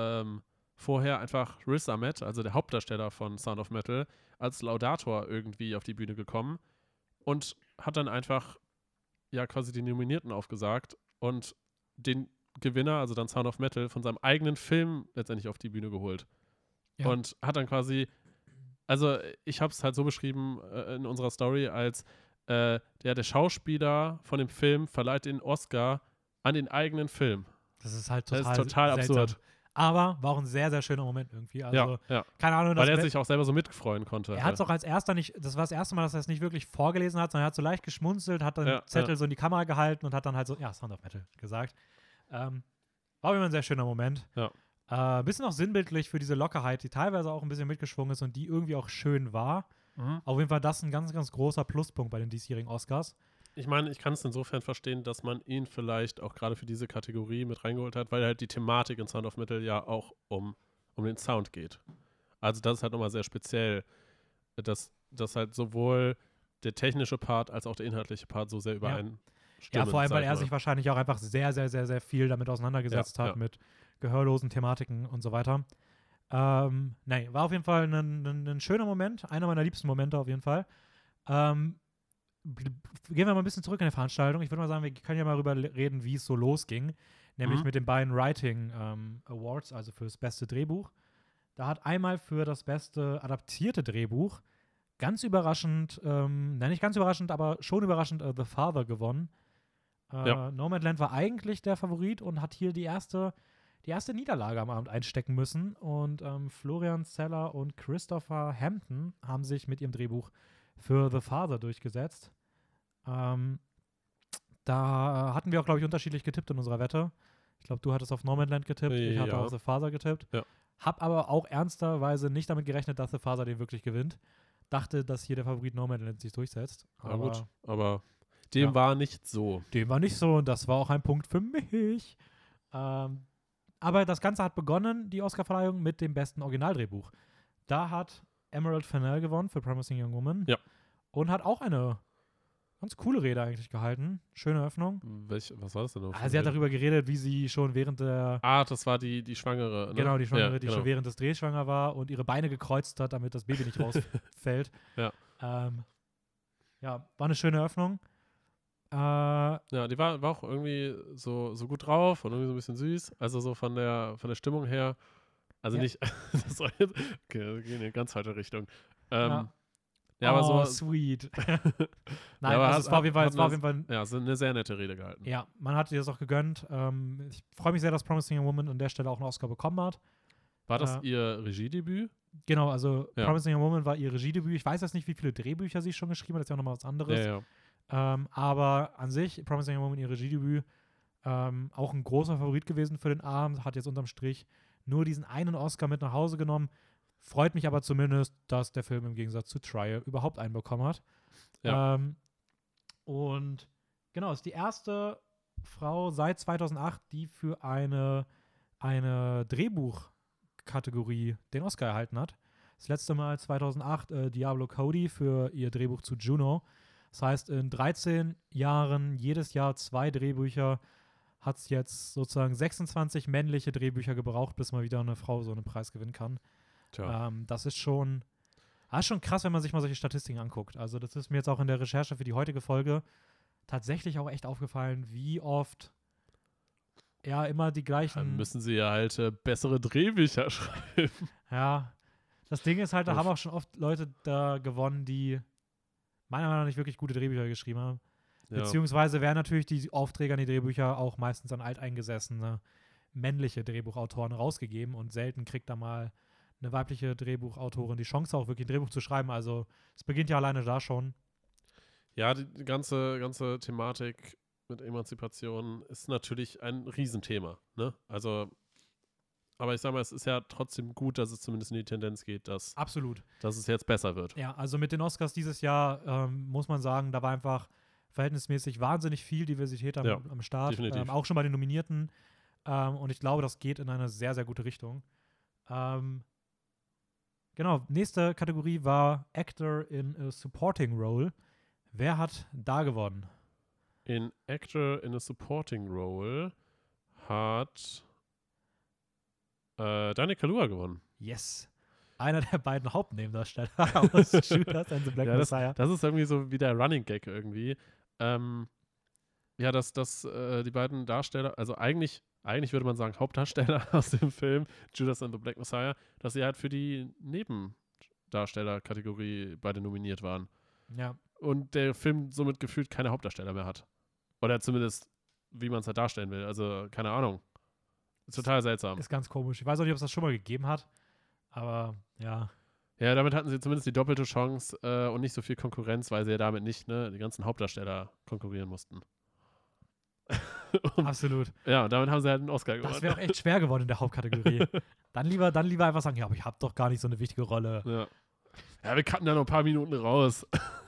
vorher einfach Riz Ahmed, also der Hauptdarsteller von Sound of Metal, als Laudator irgendwie auf die Bühne gekommen und hat dann einfach ja quasi die Nominierten aufgesagt und den Gewinner, also dann Sound of Metal, von seinem eigenen Film letztendlich auf die Bühne geholt. Ja. Und hat dann quasi, also ich habe es halt so beschrieben in unserer Story, als der Schauspieler von dem Film verleiht den Oscar an den eigenen Film. Das ist halt Das total, ist total seltsam. absurd. Aber war auch ein sehr, sehr schöner Moment irgendwie. Also, Ja. keine Ahnung, Weil dass er sich auch selber so mitfreuen konnte. er hat es auch als erster nicht, das war das erste Mal, dass er es nicht wirklich vorgelesen hat, sondern er hat so leicht geschmunzelt, hat dann den Zettel so in die Kamera gehalten und hat dann halt so, ja, Sound of Metal gesagt. War immer ein sehr schöner Moment. Ja. Bisschen auch sinnbildlich für diese Lockerheit, die teilweise auch ein bisschen mitgeschwungen ist und die irgendwie auch schön war. Auf jeden Fall das ein ganz, ganz großer Pluspunkt bei den diesjährigen Oscars. Ich meine, ich kann es insofern verstehen, dass man ihn vielleicht auch gerade für diese Kategorie mit reingeholt hat, weil halt die Thematik in Sound of Metal ja auch um den Sound geht. Also das ist halt nochmal sehr speziell, dass halt sowohl der technische Part als auch der inhaltliche Part so sehr übereinstimmen. Ja, vor allem, weil sag ich er mal. sich wahrscheinlich auch einfach sehr, sehr, sehr, sehr viel damit auseinandergesetzt hat, mit gehörlosen Thematiken und so weiter. War auf jeden Fall ein schöner Moment, einer meiner liebsten Momente auf jeden Fall. Gehen wir mal ein bisschen zurück in die Veranstaltung. Ich würde mal sagen, wir können ja mal darüber reden, wie es so losging. Nämlich mit den beiden Writing Awards, also fürs beste Drehbuch. Da hat einmal für das beste adaptierte Drehbuch ganz überraschend, nicht ganz überraschend, aber schon überraschend The Father gewonnen. Nomadland war eigentlich der Favorit und hat hier die erste Niederlage am Abend einstecken müssen. Und Florian Zeller und Christopher Hampton haben sich mit ihrem Drehbuch für The Father durchgesetzt. Da hatten wir auch, glaube ich, unterschiedlich getippt in unserer Wette. Ich glaube, du hattest auf Nomadland getippt, ich hatte auf The Father getippt. Ja. Hab aber auch ernsterweise nicht damit gerechnet, dass The Father den wirklich gewinnt. Dachte, dass hier der Favorit Nomadland sich durchsetzt. Aber dem war nicht so. Dem war nicht so und das war auch ein Punkt für mich. Aber das Ganze hat begonnen, die Oscarverleihung, mit dem besten Originaldrehbuch. Da hat Emerald Fennell gewonnen für Promising Young Woman. Ja. Und hat auch eine ganz coole Rede eigentlich gehalten. Schöne Öffnung. Was war das denn noch? Sie hat darüber geredet, wie sie schon während der... das war die Schwangere. Ne? Genau, die Schwangere, die schon während des Drehs schwanger war und ihre Beine gekreuzt hat, damit das Baby nicht rausfällt. Ja. War eine schöne Öffnung. Die war auch irgendwie so gut drauf und irgendwie so ein bisschen süß. Also so von der Stimmung her. Also nicht, das soll jetzt, okay, wir gehen in eine ganz falsche Richtung. Aber so. Sweet. Nein, aber also es war auf jeden Fall. Ja, so eine sehr nette Rede gehalten. Ja, man hat ihr das auch gegönnt. Ich freue mich sehr, dass Promising Young Woman an der Stelle auch einen Oscar bekommen hat. War das ihr Regiedebüt? Genau, also Promising Young Woman war ihr Regiedebüt. Ich weiß jetzt nicht, wie viele Drehbücher sie schon geschrieben hat, das ist ja nochmal was anderes. Ja. Aber an sich, Promising Young Woman, ihr Regiedebüt, auch ein großer Favorit gewesen für den Abend, hat jetzt unterm Strich nur diesen einen Oscar mit nach Hause genommen. Freut mich aber zumindest, dass der Film im Gegensatz zu Trial überhaupt einen bekommen hat. Ja. Und genau, ist die erste Frau seit 2008, die für eine Drehbuchkategorie den Oscar erhalten hat. Das letzte Mal 2008 Diablo Cody für ihr Drehbuch zu Juno. Das heißt, in 13 Jahren, jedes Jahr 2 Drehbücher, hat es jetzt sozusagen 26 männliche Drehbücher gebraucht, bis mal wieder eine Frau so einen Preis gewinnen kann. Tja. Das ist schon krass, wenn man sich mal solche Statistiken anguckt. Also das ist mir jetzt auch in der Recherche für die heutige Folge tatsächlich auch echt aufgefallen, wie oft immer die gleichen. Dann müssen sie ja halt bessere Drehbücher schreiben. Ja, das Ding ist halt, da haben auch schon oft Leute da gewonnen, die meiner Meinung nach nicht wirklich gute Drehbücher geschrieben haben. Ja. Beziehungsweise werden natürlich die Aufträge an die Drehbücher auch meistens an alteingesessene männliche Drehbuchautoren rausgegeben und selten kriegt da mal eine weibliche Drehbuchautorin die Chance, auch wirklich ein Drehbuch zu schreiben. Also es beginnt ja alleine da schon. Ja, die ganze Thematik mit Emanzipation ist natürlich ein Riesenthema, ne? Also, aber ich sag mal, es ist ja trotzdem gut, dass es zumindest in die Tendenz geht, dass Absolut. es jetzt besser wird. Ja, also mit den Oscars dieses Jahr muss man sagen, da war einfach verhältnismäßig wahnsinnig viel Diversität am Start. Definitiv. Auch schon bei den Nominierten. Und ich glaube, das geht in eine sehr, sehr gute Richtung. Genau, nächste Kategorie war Actor in a Supporting Role. Wer hat da gewonnen? In Actor in a Supporting Role hat Daniel Kaluuya gewonnen. Yes. Einer der beiden Hauptnebendarsteller aus Judas and the Black Messiah. Das ist irgendwie so wie der Running Gag irgendwie. Ja, dass die beiden Darsteller, also eigentlich würde man sagen Hauptdarsteller aus dem Film Judas and the Black Messiah, dass sie halt für die Nebendarsteller-Kategorie beide nominiert waren. Ja. Und der Film somit gefühlt keine Hauptdarsteller mehr hat. Oder zumindest, wie man es halt darstellen will. Also, keine Ahnung. Ist total seltsam. Ist ganz komisch. Ich weiß auch nicht, ob es das schon mal gegeben hat, aber ja. Ja, damit hatten sie zumindest die doppelte Chance und nicht so viel Konkurrenz, weil sie ja damit nicht die ganzen Hauptdarsteller konkurrieren mussten. Absolut. Ja, und damit haben sie halt einen Oscar gewonnen. Das wäre auch echt schwer geworden in der Hauptkategorie. dann lieber einfach sagen, ja, aber ich habe doch gar nicht so eine wichtige Rolle. Ja, wir cutten da noch ein paar Minuten raus.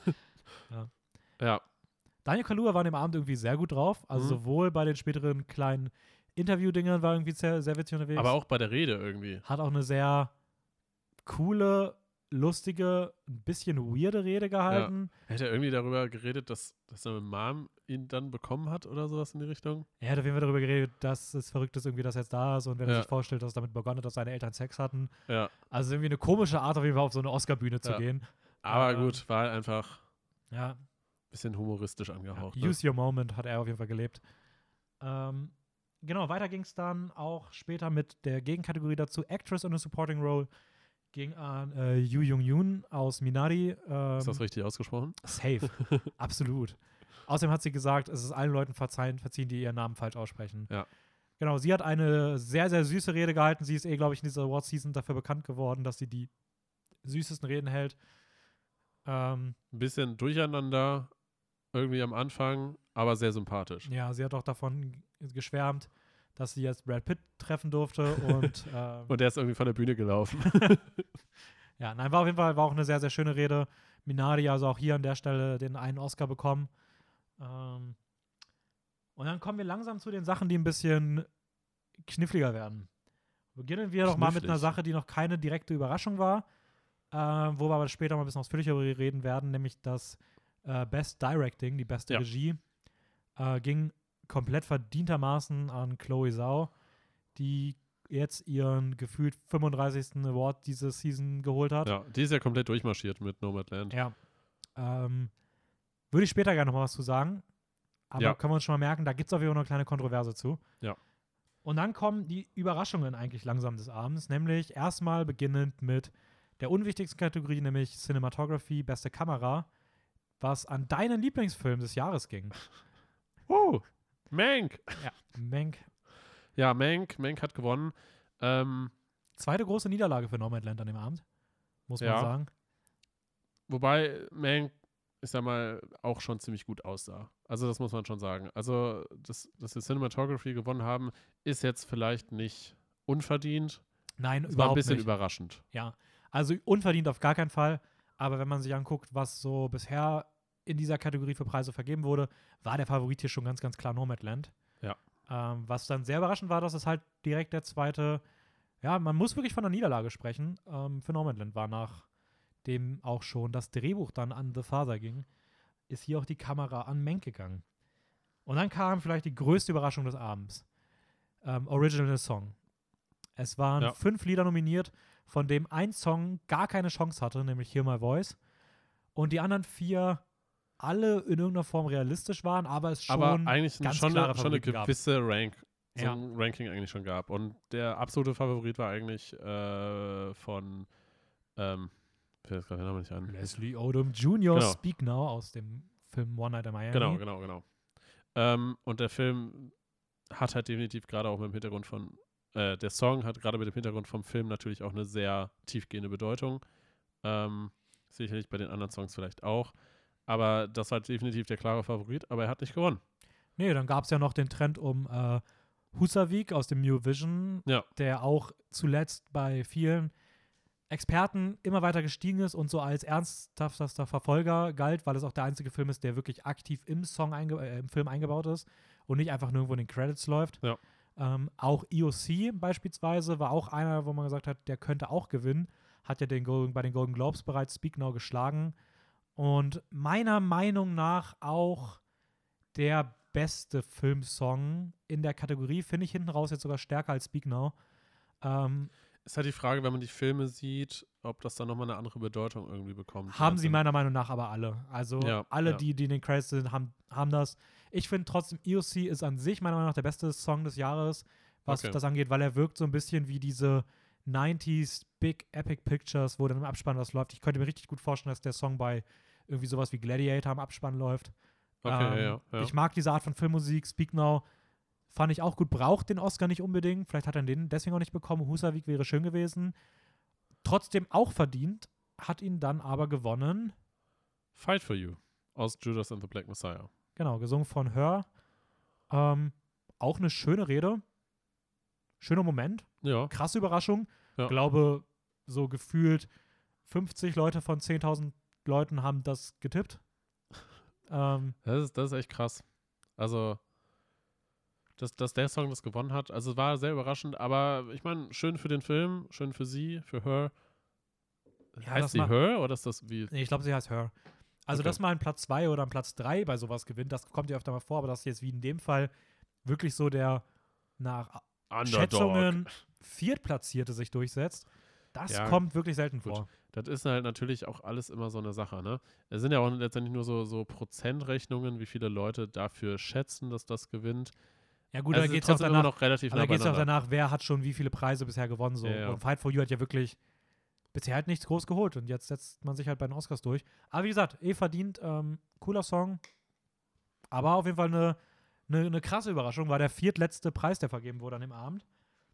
Ja. Daniel Kaluuya war an dem Abend irgendwie sehr gut drauf. Also sowohl bei den späteren kleinen Interview-Dingern war irgendwie sehr, sehr witzig unterwegs. Aber auch bei der Rede irgendwie. Hat auch eine sehr coole, lustige, ein bisschen weirde Rede gehalten. Ja. Hätte er irgendwie darüber geredet, dass seine Mom ihn dann bekommen hat oder sowas in die Richtung? Er hat auf jeden Fall darüber geredet, dass es verrückt ist, irgendwie, dass er jetzt da ist und wenn er sich vorstellt, dass es damit begonnen hat, dass seine Eltern Sex hatten. Ja. Also irgendwie eine komische Art, auf jeden Fall auf so eine Oscar-Bühne zu gehen. Aber gut, war halt einfach ein bisschen humoristisch angehaucht. Use your moment hat er auf jeden Fall gelebt. Genau, weiter ging es dann auch später mit der Gegenkategorie dazu. Actress in a Supporting Role ging an Yoo Jung-yoon aus Minari. Ist das richtig ausgesprochen? Safe. Absolut. Außerdem hat sie gesagt, es ist allen Leuten verziehen, die ihren Namen falsch aussprechen. Ja. Genau, sie hat eine sehr, sehr süße Rede gehalten. Sie ist glaube ich, in dieser Award-Season dafür bekannt geworden, dass sie die süßesten Reden hält. Ein bisschen durcheinander irgendwie am Anfang, aber sehr sympathisch. Ja, sie hat auch davon geschwärmt, dass sie jetzt Brad Pitt treffen durfte und und der ist irgendwie von der Bühne gelaufen. Ja, nein, war auf jeden Fall auch eine sehr, sehr schöne Rede. Minari also auch hier an der Stelle den einen Oscar bekommen. Und dann kommen wir langsam zu den Sachen, die ein bisschen kniffliger werden. Beginnen wir doch mal mit einer Sache, die noch keine direkte Überraschung war, wo wir aber später mal ein bisschen ausführlicher darüber reden werden, nämlich das Best Directing, die beste Regie, ging komplett verdientermaßen an Chloe Zhao, die jetzt ihren gefühlt 35. Award diese Season geholt hat. Ja, die ist ja komplett durchmarschiert mit Nomadland. Ja. Würde ich später gerne noch mal was zu sagen. Aber können wir uns schon mal merken, da gibt es auf jeden Fall noch eine kleine Kontroverse zu. Ja. Und dann kommen die Überraschungen eigentlich langsam des Abends, nämlich erstmal beginnend mit der unwichtigsten Kategorie, nämlich Cinematography, beste Kamera, was an deinen Lieblingsfilm des Jahres ging. Mank! Ja, Mank. Ja, Mank hat gewonnen. Zweite große Niederlage für Nomadland an dem Abend, muss man sagen. Wobei Mank, ich sag mal, auch schon ziemlich gut aussah. Also das muss man schon sagen. Also, dass wir Cinematography gewonnen haben, ist jetzt vielleicht nicht unverdient. Nein, es überhaupt war ein bisschen nicht. Überraschend. Ja, Also unverdient auf gar keinen Fall. Aber wenn man sich anguckt, was so bisher in dieser Kategorie für Preise vergeben wurde, war der Favorit hier schon ganz, ganz klar Nomadland. Ja. Was dann sehr überraschend war, dass es halt direkt der zweite, ja, man muss wirklich von einer Niederlage sprechen, für Nomadland war, nachdem auch schon das Drehbuch dann an The Father ging, ist hier auch die Kamera an Mank gegangen. Und dann kam vielleicht die größte Überraschung des Abends. Original Song. Es waren 5 Lieder nominiert, von dem ein Song gar keine Chance hatte, nämlich Hear My Voice. Und die anderen 4 alle in irgendeiner Form realistisch waren, aber es schon eigentlich ganz schon klare eine Favoriten gab. gewisse ein Ranking eigentlich schon gab. Und der absolute Favorit war eigentlich von fällt jetzt gerade der Name nicht an. Leslie Odom Jr. Genau. Speak Now aus dem Film One Night in Miami. Genau. Und der Film hat halt definitiv gerade auch mit dem Hintergrund von der Song hat gerade mit dem Hintergrund vom Film natürlich auch eine sehr tiefgehende Bedeutung. Sicherlich bei den anderen Songs vielleicht auch. Aber das war definitiv der klare Favorit, aber er hat nicht gewonnen. Nee, dann gab es ja noch den Trend um Husavik aus dem New Vision, der auch zuletzt bei vielen Experten immer weiter gestiegen ist und so als ernsthaftester Verfolger galt, weil es auch der einzige Film ist, der wirklich aktiv im Film eingebaut ist und nicht einfach nirgendwo in den Credits läuft. Ja. Auch EOC beispielsweise war auch einer, wo man gesagt hat, der könnte auch gewinnen. Hat ja bei den Golden Globes bereits Speak Now geschlagen. Und meiner Meinung nach auch der beste Filmsong in der Kategorie, finde ich hinten raus jetzt sogar stärker als Speak Now. Ist halt die Frage, wenn man die Filme sieht, ob das dann nochmal eine andere Bedeutung irgendwie bekommt. Haben sie meiner Meinung nach aber alle. Also alle, die in den Credits sind, haben das. Ich finde trotzdem, EOC ist an sich meiner Meinung nach der beste Song des Jahres, was das angeht, weil er wirkt so ein bisschen wie diese 90s Big Epic Pictures, wo dann im Abspann was läuft. Ich könnte mir richtig gut vorstellen, dass der Song bei irgendwie sowas wie Gladiator im Abspann läuft. Ich mag diese Art von Filmmusik. Speak Now fand ich auch gut. Braucht den Oscar nicht unbedingt. Vielleicht hat er den deswegen auch nicht bekommen. Husavik wäre schön gewesen. Trotzdem auch verdient. Hat ihn dann aber gewonnen. Fight for You aus Judas and the Black Messiah. Genau, gesungen von Her. Auch eine schöne Rede. Schöner Moment. Ja. Krasse Überraschung. Ja. Glaube, so gefühlt 50 Leute von 10.000 Leuten haben das getippt. Das ist echt krass. Also, dass der Song das gewonnen hat, also war sehr überraschend, aber ich meine, schön für den Film, schön für sie, für Her. Ja, heißt sie Her oder ist das wie? Nee, ich glaube, sie heißt Her. Also, dass mal ein Platz 2 oder ein Platz 3 bei sowas gewinnt, das kommt ja öfter mal vor, aber dass jetzt wie in dem Fall wirklich so der nach Underdog. Schätzungen Viertplatzierte sich durchsetzt, das kommt wirklich selten vor. Das ist halt natürlich auch alles immer so eine Sache, ne? Es sind ja auch letztendlich nur so Prozentrechnungen, wie viele Leute dafür schätzen, dass das gewinnt. Ja gut, also da geht es auch danach, noch relativ nah auch danach, wer hat schon wie viele Preise bisher gewonnen. So. Ja. Und Fight for You hat ja wirklich bisher halt nichts groß geholt und jetzt setzt man sich halt bei den Oscars durch. Aber wie gesagt, verdient, cooler Song, aber auf jeden Fall eine krasse Überraschung, war der viertletzte Preis, der vergeben wurde an dem Abend.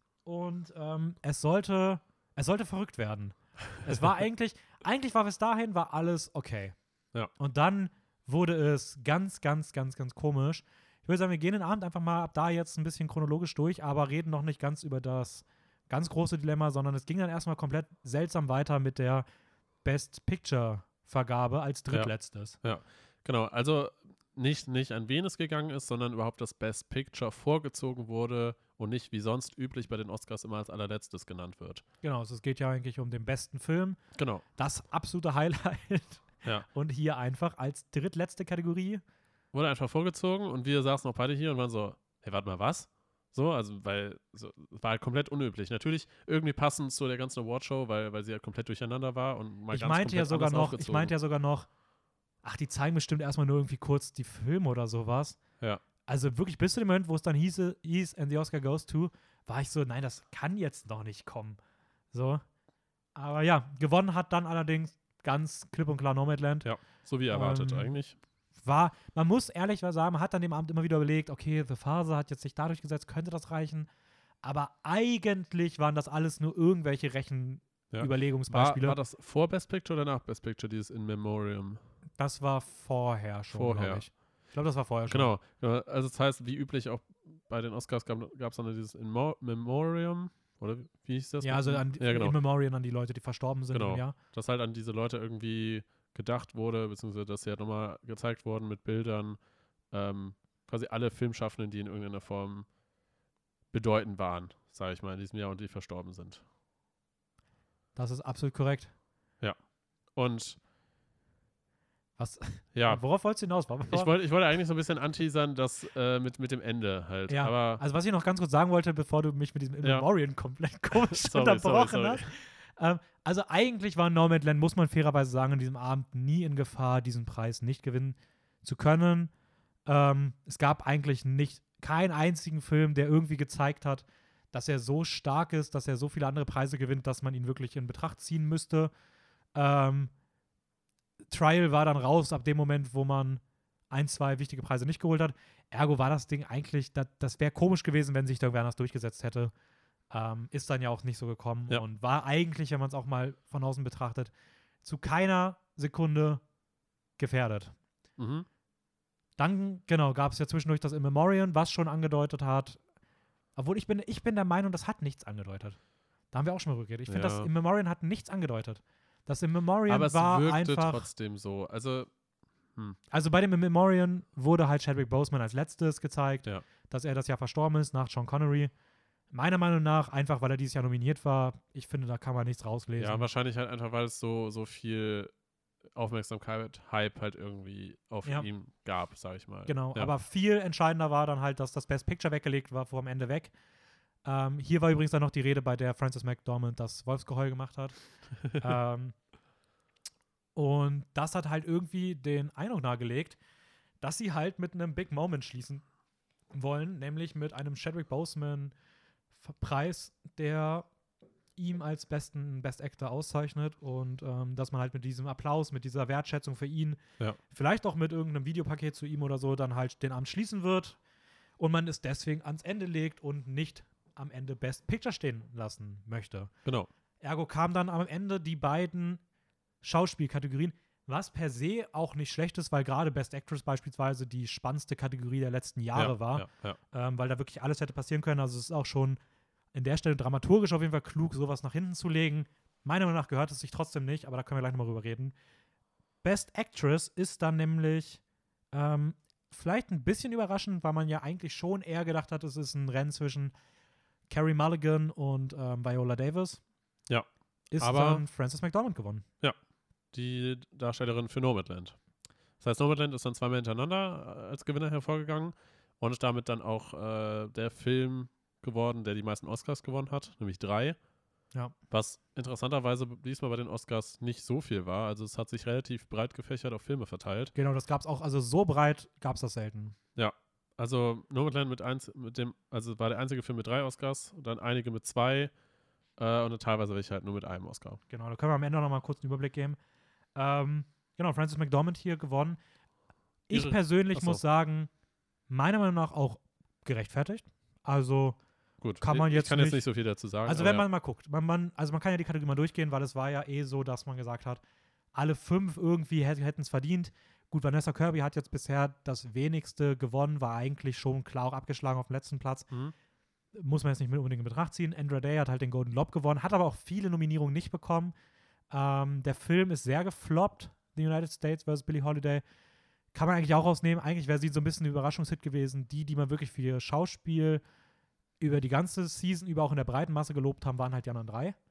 Und es sollte verrückt werden. Es war eigentlich war bis dahin war alles okay. Ja. Und dann wurde es ganz, ganz, ganz, ganz komisch. Ich würde sagen, wir gehen den Abend einfach mal ab da jetzt ein bisschen chronologisch durch, aber reden noch nicht ganz über das ganz große Dilemma, sondern es ging dann erstmal komplett seltsam weiter mit der Best Picture-Vergabe als drittletztes. Ja, genau. Also nicht an wen es gegangen ist, sondern überhaupt das Best Picture vorgezogen wurde und nicht wie sonst üblich bei den Oscars immer als allerletztes genannt wird. Genau, also es geht ja eigentlich um den besten Film. Genau. Das absolute Highlight. Ja. Und hier einfach als drittletzte Kategorie. Wurde einfach vorgezogen und wir saßen auch beide hier und waren so, hey, warte mal, was? So, also, weil es war halt komplett unüblich. Natürlich irgendwie passend zu der ganzen Awardshow, weil sie halt komplett durcheinander war und mal Ich meinte ja sogar noch, ach, die zeigen bestimmt erstmal nur irgendwie kurz die Filme oder sowas. Ja. Also wirklich bis zu dem Moment, wo es dann hieß and the Oscar goes to, war ich so, nein, das kann jetzt noch nicht kommen. So. Aber ja, gewonnen hat dann allerdings ganz klipp und klar Nomadland. Ja, so wie erwartet eigentlich. Man muss ehrlich sagen, man hat dann dem Abend immer wieder überlegt, okay, The Father hat jetzt sich dadurch gesetzt, könnte das reichen? Aber eigentlich waren das alles nur irgendwelche Überlegungsbeispiele. War das vor Best Picture oder nach Best Picture, dieses In Memoriam? Das war vorher schon, glaube ich. Ich glaube, das war vorher schon. Genau. Also das heißt, wie üblich auch bei den Oscars gab es dann dieses In Memoriam, Oder wie hieß das? Ja, also ja, genau. in Memoriam an die Leute, die verstorben sind Genau. im Jahr. Dass halt an diese Leute irgendwie gedacht wurde, beziehungsweise dass sie halt nochmal gezeigt wurden mit Bildern, quasi alle Filmschaffenden, die in irgendeiner Form bedeutend waren, sage ich mal, in diesem Jahr und die verstorben sind. Das ist absolut korrekt. Und Was? ja, Worauf wolltest du hinaus? ich wollte eigentlich so ein bisschen anteasern, dass mit dem Ende halt. Ja, Aber also was ich noch ganz kurz sagen wollte, bevor du mich mit diesem In Memoriam komplett komisch unterbrochen hast. Also eigentlich war Nomadland, muss man fairerweise sagen, an diesem Abend nie in Gefahr, diesen Preis nicht gewinnen zu können. Es gab eigentlich keinen einzigen Film, der irgendwie gezeigt hat, dass er so stark ist, dass er so viele andere Preise gewinnt, dass man ihn wirklich in Betracht ziehen müsste. Trial war dann raus ab dem Moment, wo man 1, 2 wichtige Preise nicht geholt hat. Ergo war das Ding eigentlich, das wäre komisch gewesen, wenn sich da irgendwer anders durchgesetzt hätte. Ist dann ja auch nicht so gekommen und war eigentlich, wenn man es auch mal von außen betrachtet, zu keiner Sekunde gefährdet. Mhm. Dann, genau, gab es ja zwischendurch das In Memoriam, was schon angedeutet hat, obwohl ich bin der Meinung, das hat nichts angedeutet. Da haben wir auch schon mal rückgekehrt. Ich finde, das In Memoriam hat nichts angedeutet. Das In Memoriam aber es war wirkte einfach trotzdem so. Also bei dem In Memoriam wurde halt Chadwick Boseman als letztes gezeigt, Ja. dass er das Jahr verstorben ist, nach Sean Connery. Meiner Meinung nach, einfach weil er dieses Jahr nominiert war. Ich finde, da kann man nichts rauslesen. Ja, wahrscheinlich halt einfach, weil es so viel Aufmerksamkeit, Hype halt irgendwie auf ihm gab, sag ich mal. Genau, Ja. aber viel entscheidender war dann halt, dass das Best Picture weggelegt war, vor am Ende weg. Hier war übrigens dann noch die Rede, bei der Frances McDormand das Wolfsgeheul gemacht hat. Und das hat halt irgendwie den Eindruck nahegelegt, dass sie halt mit einem Big Moment schließen wollen, nämlich mit einem Chadwick Boseman-Preis, der ihm als besten Best Actor auszeichnet und dass man halt mit diesem Applaus, mit dieser Wertschätzung für ihn, vielleicht auch mit irgendeinem Videopaket zu ihm oder so, dann halt den Abend schließen wird und man es deswegen ans Ende legt und nicht am Ende Best Picture stehen lassen möchte. Genau. Ergo kamen dann am Ende die beiden Schauspielkategorien, was per se auch nicht schlecht ist, weil gerade Best Actress beispielsweise die spannendste Kategorie der letzten Jahre war, weil da wirklich alles hätte passieren können. Also es ist auch schon in der Stelle dramaturgisch auf jeden Fall klug, sowas nach hinten zu legen. Meiner Meinung nach gehört es sich trotzdem nicht, aber da können wir gleich nochmal drüber reden. Best Actress ist dann nämlich vielleicht ein bisschen überraschend, weil man ja eigentlich schon eher gedacht hat, es ist ein Rennen zwischen Carey Mulligan und Viola Davis. Ja. Ist dann Frances McDormand gewonnen. Ja. Die Darstellerin für Nomadland. Das heißt, Nomadland ist dann zweimal hintereinander als Gewinner hervorgegangen und ist damit dann auch der Film geworden, der die meisten Oscars gewonnen hat, nämlich 3. Ja. Was interessanterweise diesmal bei den Oscars nicht so viel war. Also es hat sich relativ breit gefächert auf Filme verteilt. Genau, das gab's auch, also so breit gab's das selten. Ja. Also Nomadland war der einzige Film mit 3 Oscars, und dann einige mit 2 und dann teilweise welche halt nur mit einem Oscar. Genau, da können wir am Ende noch mal kurz einen Überblick geben. Genau, Frances McDormand hier gewonnen. Ich persönlich muss sagen, meiner Meinung nach auch gerechtfertigt. Also gut, kann man jetzt ich kann jetzt nicht so viel dazu sagen. Also wenn man mal guckt, man kann ja die Kategorie mal durchgehen, weil es war ja so, dass man gesagt hat, alle 5 irgendwie hätten es verdient. Gut, Vanessa Kirby hat jetzt bisher das wenigste gewonnen, war eigentlich schon klar auch abgeschlagen auf dem letzten Platz. Muss man jetzt nicht unbedingt in Betracht ziehen. Andra Day hat halt den Golden Globe gewonnen, hat aber auch viele Nominierungen nicht bekommen. Der Film ist sehr gefloppt, The United States vs. Billie Holiday. Kann man eigentlich auch rausnehmen. Eigentlich wäre sie so ein bisschen ein Überraschungshit gewesen. Die man wirklich für ihr Schauspiel über die ganze Season über auch in der breiten Masse gelobt haben, waren halt die anderen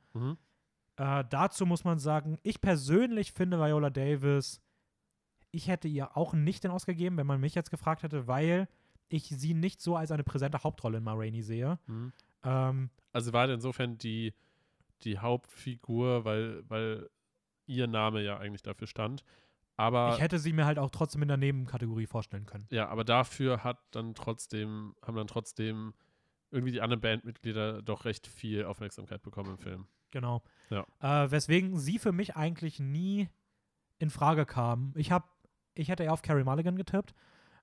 3. Dazu muss man sagen, ich persönlich finde Viola Davis, ich hätte ihr auch nicht den Oscar gegeben, wenn man mich jetzt gefragt hätte, weil ich sie nicht so als eine präsente Hauptrolle in Ma Rainey sehe. Also war insofern die Hauptfigur, weil ihr Name ja eigentlich dafür stand. Aber ich hätte sie mir halt auch trotzdem in der Nebenkategorie vorstellen können. Ja, aber dafür haben dann trotzdem irgendwie die anderen Bandmitglieder doch recht viel Aufmerksamkeit bekommen im Film. Genau. Ja. Weswegen sie für mich eigentlich nie in Frage kam. Ich hätte eher auf Carey Mulligan getippt,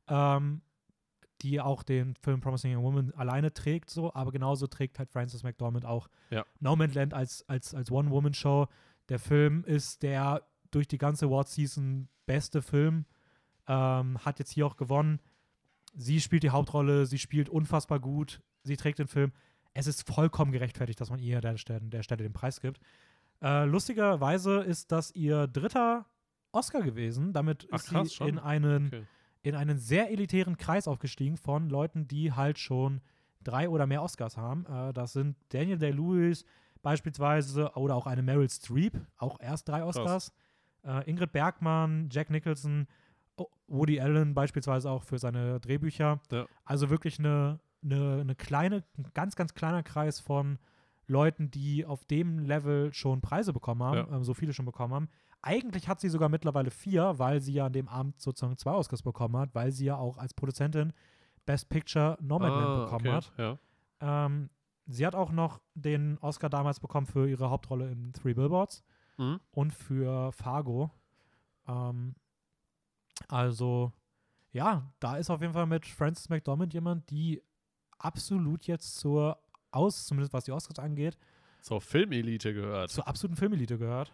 die auch den Film Promising Young Woman alleine trägt, so, aber genauso trägt halt Frances McDormand auch Nomadland als One-Woman-Show. Der Film ist der durch die ganze Award-Season beste Film, hat jetzt hier auch gewonnen. Sie spielt die Hauptrolle, sie spielt unfassbar gut, sie trägt den Film. es ist vollkommen gerechtfertigt, dass man ihr der Stelle den Preis gibt. Lustigerweise ist das ihr 3. Oscar gewesen. Damit ist krass, sie schon? in einen sehr elitären Kreis aufgestiegen von Leuten, die halt schon 3 oder mehr Oscars haben. Das sind Daniel Day-Lewis beispielsweise oder auch eine Meryl Streep, auch erst 3 Oscars. Ingrid Bergman, Jack Nicholson, Woody Allen beispielsweise auch für seine Drehbücher. Ja. Also wirklich ein ganz, ganz kleiner Kreis von Leuten, die auf dem Level schon Preise bekommen haben, so viele schon bekommen haben. Eigentlich hat sie sogar mittlerweile 4, weil sie ja an dem Abend sozusagen 2 Oscars bekommen hat, weil sie ja auch als Produzentin Best Picture Nomadland bekommen hat. Ja. Sie hat auch noch den Oscar damals bekommen für ihre Hauptrolle in 3 Billboards und für Fargo. Also, ja, da ist auf jeden Fall mit Frances McDormand jemand, die absolut jetzt zumindest was die Oscars angeht, zur Filmelite gehört. zur absoluten Filmelite gehört.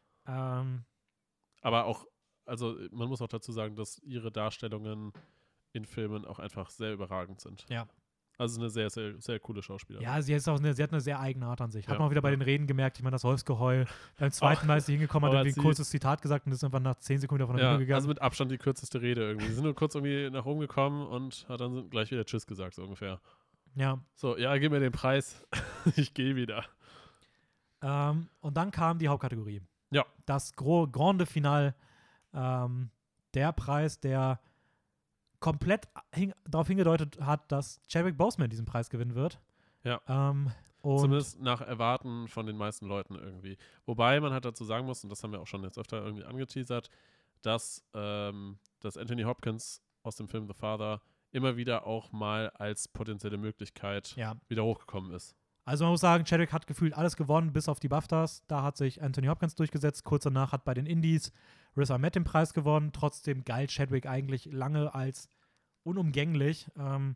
Aber auch, also man muss auch dazu sagen, dass ihre Darstellungen in Filmen auch einfach sehr überragend sind. Ja. Also eine sehr, sehr, sehr coole Schauspielerin. Ja, sie hat eine sehr eigene Art an sich. Hat Ja, man auch wieder bei ja. den Reden gemerkt, ich meine, das Wolfsgeheul. Beim zweiten Mal ist sie hingekommen, hat aber irgendwie ein kurzes Zitat gesagt und ist einfach nach 10 Sekunden von der Bühne gegangen. Also mit Abstand die kürzeste Rede irgendwie. Sie sind nur kurz irgendwie nach oben gekommen und hat dann gleich wieder Tschüss gesagt, so ungefähr. Ja. So, ja, gib mir den Preis. Ich gehe wieder. Und dann kam die Hauptkategorie. Ja. Das Grande Finale, der Preis, der komplett darauf hingedeutet hat, dass Chadwick Boseman diesen Preis gewinnen wird. Ja. Und zumindest nach Erwarten von den meisten Leuten irgendwie. Wobei man halt dazu sagen muss, und das haben wir auch schon jetzt öfter irgendwie angeteasert, dass Anthony Hopkins aus dem Film The Father immer wieder auch mal als potenzielle Möglichkeit wieder hochgekommen ist. Also man muss sagen, Chadwick hat gefühlt alles gewonnen, bis auf die BAFTAs. Da hat sich Anthony Hopkins durchgesetzt. Kurz danach hat bei den Indies Riz Ahmed den Preis gewonnen. Trotzdem galt Chadwick eigentlich lange als unumgänglich.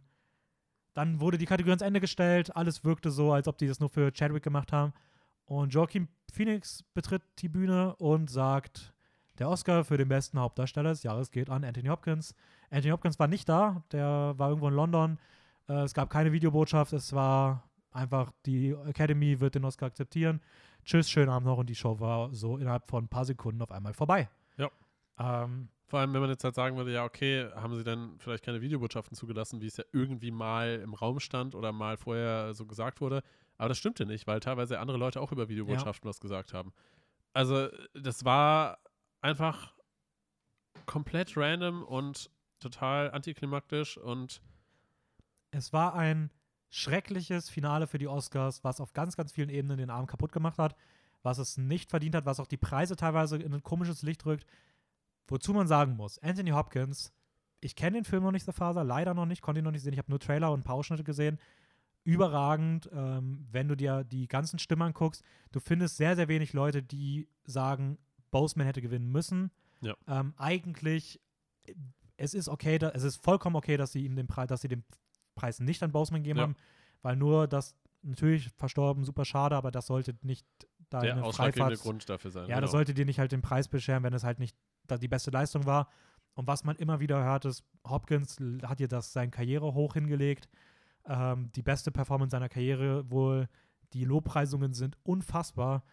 Dann wurde die Kategorie ans Ende gestellt. Alles wirkte so, als ob die das nur für Chadwick gemacht haben. Und Joaquin Phoenix betritt die Bühne und sagt, der Oscar für den besten Hauptdarsteller des Jahres geht an Anthony Hopkins. Anthony Hopkins war nicht da. Der war irgendwo in London. Es gab keine Videobotschaft. Es war einfach, die Academy wird den Oscar akzeptieren. Tschüss, schönen Abend noch. Und die Show war so innerhalb von ein paar Sekunden auf einmal vorbei. Ja. Vor allem, wenn man jetzt halt sagen würde, ja, okay, haben sie dann vielleicht keine Videobotschaften zugelassen, wie es ja irgendwie mal im Raum stand oder mal vorher so gesagt wurde. Aber das stimmte nicht, weil teilweise andere Leute auch über Videobotschaften was gesagt haben. Also, das war einfach komplett random und total antiklimaktisch und es war ein schreckliches Finale für die Oscars, was auf ganz, ganz vielen Ebenen den Abend kaputt gemacht hat, was es nicht verdient hat, was auch die Preise teilweise in ein komisches Licht rückt. Wozu man sagen muss, Anthony Hopkins, ich kenne den Film noch nicht, The Father, leider noch nicht, konnte ihn noch nicht sehen, ich habe nur Trailer und ein paar Ausschnitte gesehen. Überragend, wenn du dir die ganzen Stimmen anguckst, du findest sehr, sehr wenig Leute, die sagen, Boseman hätte gewinnen müssen. Ja. Eigentlich, es ist vollkommen okay, dass sie den Preis nicht an Boseman gegeben haben, weil nur das natürlich verstorben, super schade, aber das sollte nicht der ausschlaggebende Grund dafür sein. Ja, das sollte dir nicht halt den Preis bescheren, wenn es halt nicht die beste Leistung war. Und was man immer wieder hört, ist, Hopkins hat hier seine Karriere hoch hingelegt. Die beste Performance seiner Karriere wohl. Die Lobpreisungen sind unfassbar.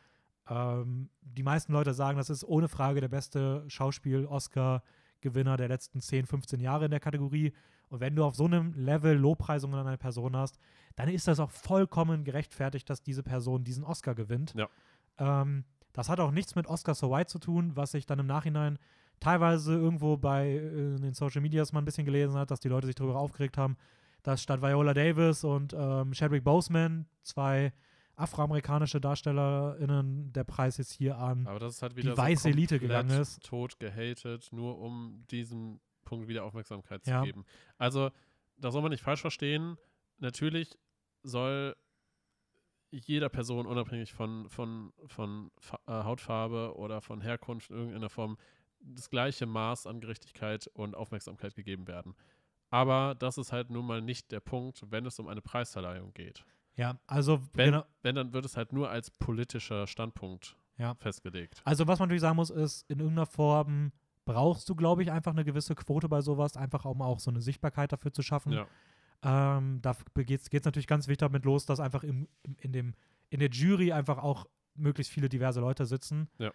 Die meisten Leute sagen, das ist ohne Frage der beste Schauspiel-Oscar-Gewinner der letzten 10, 15 Jahre in der Kategorie. Und wenn du auf so einem Level Lobpreisungen an eine Person hast, dann ist das auch vollkommen gerechtfertigt, dass diese Person diesen Oscar gewinnt. Ja. Das hat auch nichts mit Oscar So White zu tun, was sich dann im Nachhinein teilweise irgendwo in den Social Medias mal ein bisschen gelesen hat, dass die Leute sich darüber aufgeregt haben, dass statt Viola Davis und Chadwick Boseman 2 afroamerikanische DarstellerInnen der Preis jetzt hier an aber das ist halt wieder die weiße Elite gegangen ist. Tot gehatet, nur um diesem Punkt wieder Aufmerksamkeit zu geben. Also, das soll man nicht falsch verstehen. Natürlich soll jeder Person unabhängig von Hautfarbe oder von Herkunft in irgendeiner Form das gleiche Maß an Gerechtigkeit und Aufmerksamkeit gegeben werden. Aber das ist halt nun mal nicht der Punkt, wenn es um eine Preisverleihung geht. Ja, also wenn, dann wird es halt nur als politischer Standpunkt festgelegt. Also was man natürlich sagen muss, ist, in irgendeiner Form brauchst du, glaube ich, einfach eine gewisse Quote bei sowas, einfach um auch so eine Sichtbarkeit dafür zu schaffen. Ja. Da geht's natürlich ganz wichtig damit los, dass einfach in der Jury einfach auch möglichst viele diverse Leute sitzen. Ja.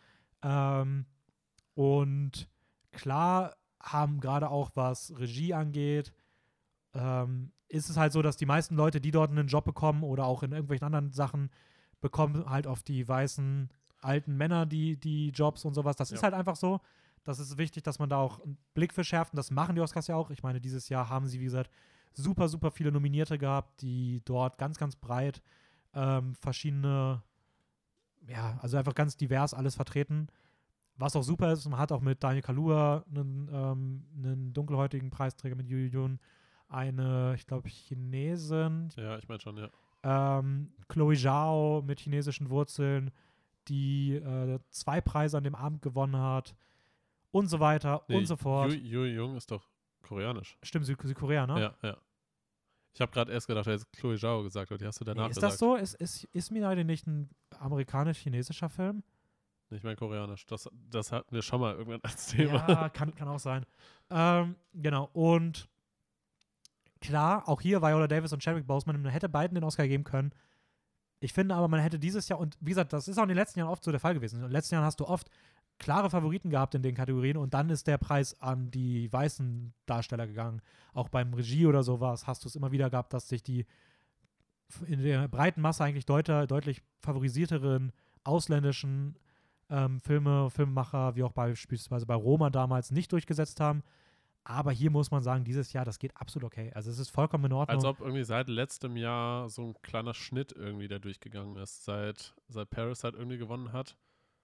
Und klar haben gerade auch, was Regie angeht, ist es halt so, dass die meisten Leute, die dort einen Job bekommen oder auch in irgendwelchen anderen Sachen, bekommen halt oft die weißen alten Männer die Jobs und sowas. Das ist halt einfach so. Das ist wichtig, dass man da auch einen Blick für schärft. Und das machen die Oscars ja auch. Ich meine, dieses Jahr haben sie, wie gesagt, super, super viele Nominierte gehabt, die dort ganz, ganz breit verschiedene, ja, also einfach ganz divers alles vertreten. Was auch super ist, man hat auch mit Daniel Kaluuya einen dunkelhäutigen Preisträger mit Yu Yun, eine, ich glaube, Chinesin. Ja, ich meine schon, ja. Chloe Zhao mit chinesischen Wurzeln, die 2 Preise an dem Abend gewonnen hat und so weiter und so fort. Yu Jung ist doch koreanisch. Stimmt, Südkorea, ne? Ja. Ich habe gerade erst gedacht, er ist Chloe Zhao gesagt, aber die hast du danach Ist gesagt. das so? Ist Minari nicht ein amerikanisch-chinesischer Film? Ich meine koreanisch. Das hatten wir schon mal irgendwann als Thema. Ja, kann auch sein. Genau, und klar, auch hier Viola Davis und Chadwick Boseman, man hätte beiden den Oscar geben können. Ich finde aber, man hätte dieses Jahr, und wie gesagt, das ist auch in den letzten Jahren oft so der Fall gewesen. In den letzten Jahren hast du oft klare Favoriten gehabt in den Kategorien und dann ist der Preis an die weißen Darsteller gegangen. Auch beim Regie oder sowas hast du es immer wieder gehabt, dass sich die in der breiten Masse eigentlich deutlich favorisierteren ausländischen Filmemacher, wie auch beispielsweise bei Roma damals, nicht durchgesetzt haben. Aber hier muss man sagen, dieses Jahr, das geht absolut okay. Also es ist vollkommen in Ordnung. Als ob irgendwie seit letztem Jahr so ein kleiner Schnitt irgendwie da durchgegangen ist, seit Parasite irgendwie gewonnen hat.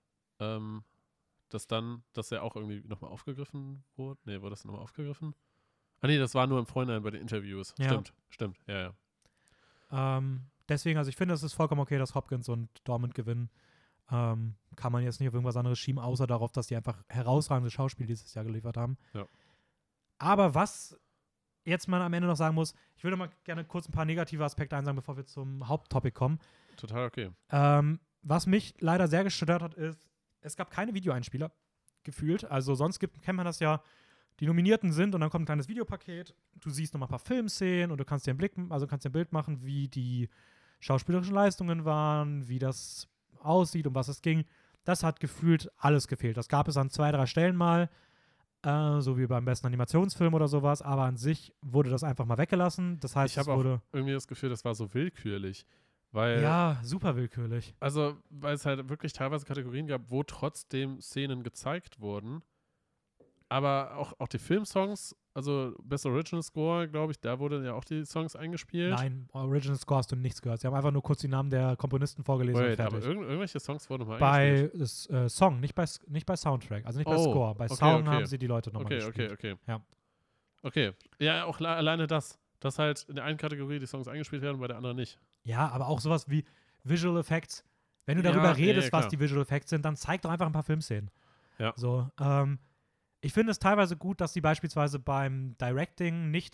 Dass er auch irgendwie nochmal aufgegriffen wurde. Nee, wurde das nochmal aufgegriffen? Ah nee, das war nur im Vorhinein bei den Interviews. Ja. Stimmt, ja. Deswegen, also ich finde, es ist vollkommen okay, dass Hopkins und Dormant gewinnen. Kann man jetzt nicht auf irgendwas anderes schieben, außer darauf, dass die einfach herausragendes Schauspiel dieses Jahr geliefert haben. Ja. Aber was jetzt man am Ende noch sagen muss, ich würde mal gerne kurz ein paar negative Aspekte einsagen, bevor wir zum Haupttopic kommen. Total okay. Was mich leider sehr gestört hat, ist, es gab keine Videoeinspieler, gefühlt. Also sonst kennt man das ja, die Nominierten sind und dann kommt ein kleines Videopaket, du siehst nochmal ein paar Filmszenen und du kannst dir ein Bild machen, wie die schauspielerischen Leistungen waren, wie das aussieht, um was es ging. Das hat gefühlt alles gefehlt. Das gab es an 2, 3 Stellen mal, so wie beim besten Animationsfilm oder sowas, aber an sich wurde das einfach mal weggelassen. Das heißt, ich habe auch irgendwie das Gefühl, das war so willkürlich. Weil, ja, super willkürlich. Also, weil es halt wirklich teilweise Kategorien gab, wo trotzdem Szenen gezeigt wurden. Aber auch die Filmsongs, also Best Original Score, glaube ich, da wurden ja auch die Songs eingespielt. Nein, Original Score hast du nichts gehört. Sie haben einfach nur kurz die Namen der Komponisten vorgelesen und fertig. Aber irgendwelche Songs wurden mal eingespielt. Bei Song, nicht bei Soundtrack, also nicht bei Score. Bei Song haben sie die Leute nochmal gespielt. Okay. Ja. Okay. Ja, auch alleine dass halt in der einen Kategorie die Songs eingespielt werden und bei der anderen nicht. Ja, aber auch sowas wie Visual Effects. Wenn du darüber redest, was die Visual Effects sind, dann zeig doch einfach ein paar Filmszenen. Ja. So, ich finde es teilweise gut, dass sie beispielsweise beim Directing nicht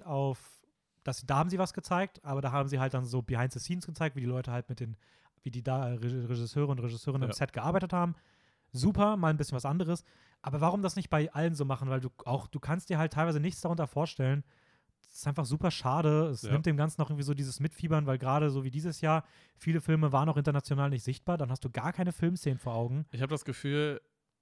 da haben sie was gezeigt, aber da haben sie halt dann so Behind the Scenes gezeigt, wie die Leute halt wie die Regisseure und Regisseurinnen im Set gearbeitet haben. Super, mal ein bisschen was anderes. Aber warum das nicht bei allen so machen? Weil du kannst dir halt teilweise nichts darunter vorstellen. Das ist einfach super schade. Es nimmt dem Ganzen noch irgendwie so dieses Mitfiebern, weil gerade so wie dieses Jahr, viele Filme waren auch international nicht sichtbar. Dann hast du gar keine Filmszenen vor Augen. Ich habe das Gefühl,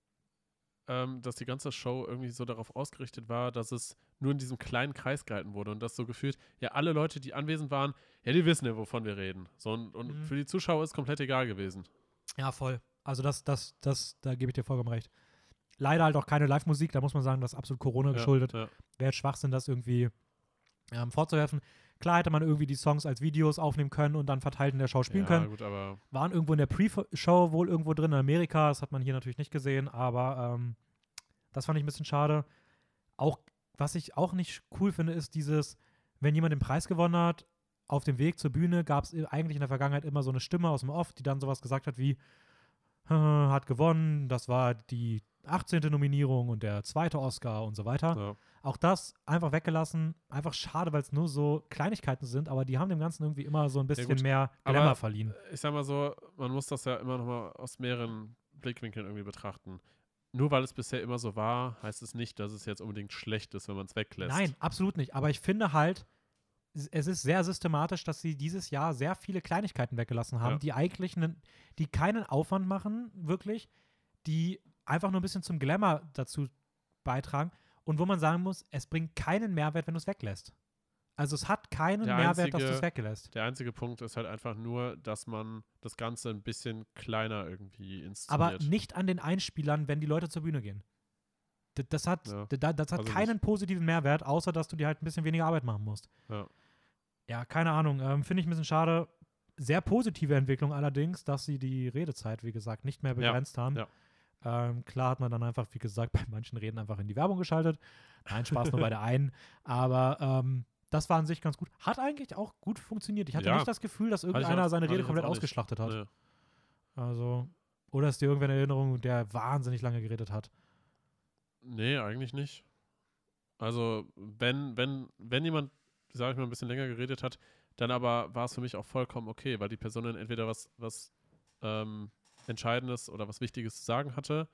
dass die ganze Show irgendwie so darauf ausgerichtet war, dass es nur in diesem kleinen Kreis gehalten wurde und das so gefühlt, ja, alle Leute, die anwesend waren, ja, die wissen ja, wovon wir reden. So, und für die Zuschauer ist komplett egal gewesen. Ja, voll. Also da gebe ich dir vollkommen recht. Leider halt auch keine Live-Musik, da muss man sagen, das ist absolut Corona geschuldet. Ja. Wäre Schwachsinn, das irgendwie vorzuwerfen. Klar hätte man irgendwie die Songs als Videos aufnehmen können und dann verteilt in der Show spielen können. Gut, aber waren irgendwo in der Pre-Show wohl irgendwo drin in Amerika. Das hat man hier natürlich nicht gesehen, aber das fand ich ein bisschen schade. Auch, was ich auch nicht cool finde, ist wenn jemand den Preis gewonnen hat, auf dem Weg zur Bühne gab es eigentlich in der Vergangenheit immer so eine Stimme aus dem Off, die dann sowas gesagt hat wie, hat gewonnen, das war die 18. Nominierung und der 2. Oscar und so weiter. Ja. Auch das einfach weggelassen. Einfach schade, weil es nur so Kleinigkeiten sind, aber die haben dem Ganzen irgendwie immer so ein bisschen mehr Glamour verliehen. Ich sag mal so, man muss das ja immer noch mal aus mehreren Blickwinkeln irgendwie betrachten. Nur weil es bisher immer so war, heißt es nicht, dass es jetzt unbedingt schlecht ist, wenn man es weglässt. Nein, absolut nicht. Aber ich finde halt, es ist sehr systematisch, dass sie dieses Jahr sehr viele Kleinigkeiten weggelassen haben, Ja. die eigentlich die keinen Aufwand machen, wirklich, die einfach nur ein bisschen zum Glamour dazu beitragen und wo man sagen muss, es bringt keinen Mehrwert, wenn du es weglässt. Also es hat keinen Mehrwert, dass du es weglässt. Der einzige Punkt ist halt einfach nur, dass man das Ganze ein bisschen kleiner irgendwie inszeniert. Aber nicht an den Einspielern, wenn die Leute zur Bühne gehen. Das hat Also keinen nicht. positiven Mehrwert, außer dass du dir halt ein bisschen weniger Arbeit machen musst. Ja. Ja, keine Ahnung. Finde ich ein bisschen schade. Sehr positive Entwicklung allerdings, dass sie die Redezeit, wie gesagt, nicht mehr begrenzt haben. Ja. Klar hat man dann einfach, wie gesagt, bei manchen Reden einfach in die Werbung geschaltet. Nein, Spaß nur bei der einen. Aber das war an sich ganz gut. Hat eigentlich auch gut funktioniert. Ich hatte nicht das Gefühl, dass irgendeiner seine Rede komplett ausgeschlachtet hat. Nee. Also, oder ist dir irgendwer in Erinnerung, der wahnsinnig lange geredet hat? Nee, eigentlich nicht. Also, wenn jemand, sag ich mal, ein bisschen länger geredet hat, dann aber war es für mich auch vollkommen okay, weil die Person dann entweder was Entscheidendes oder was Wichtiges zu sagen hatte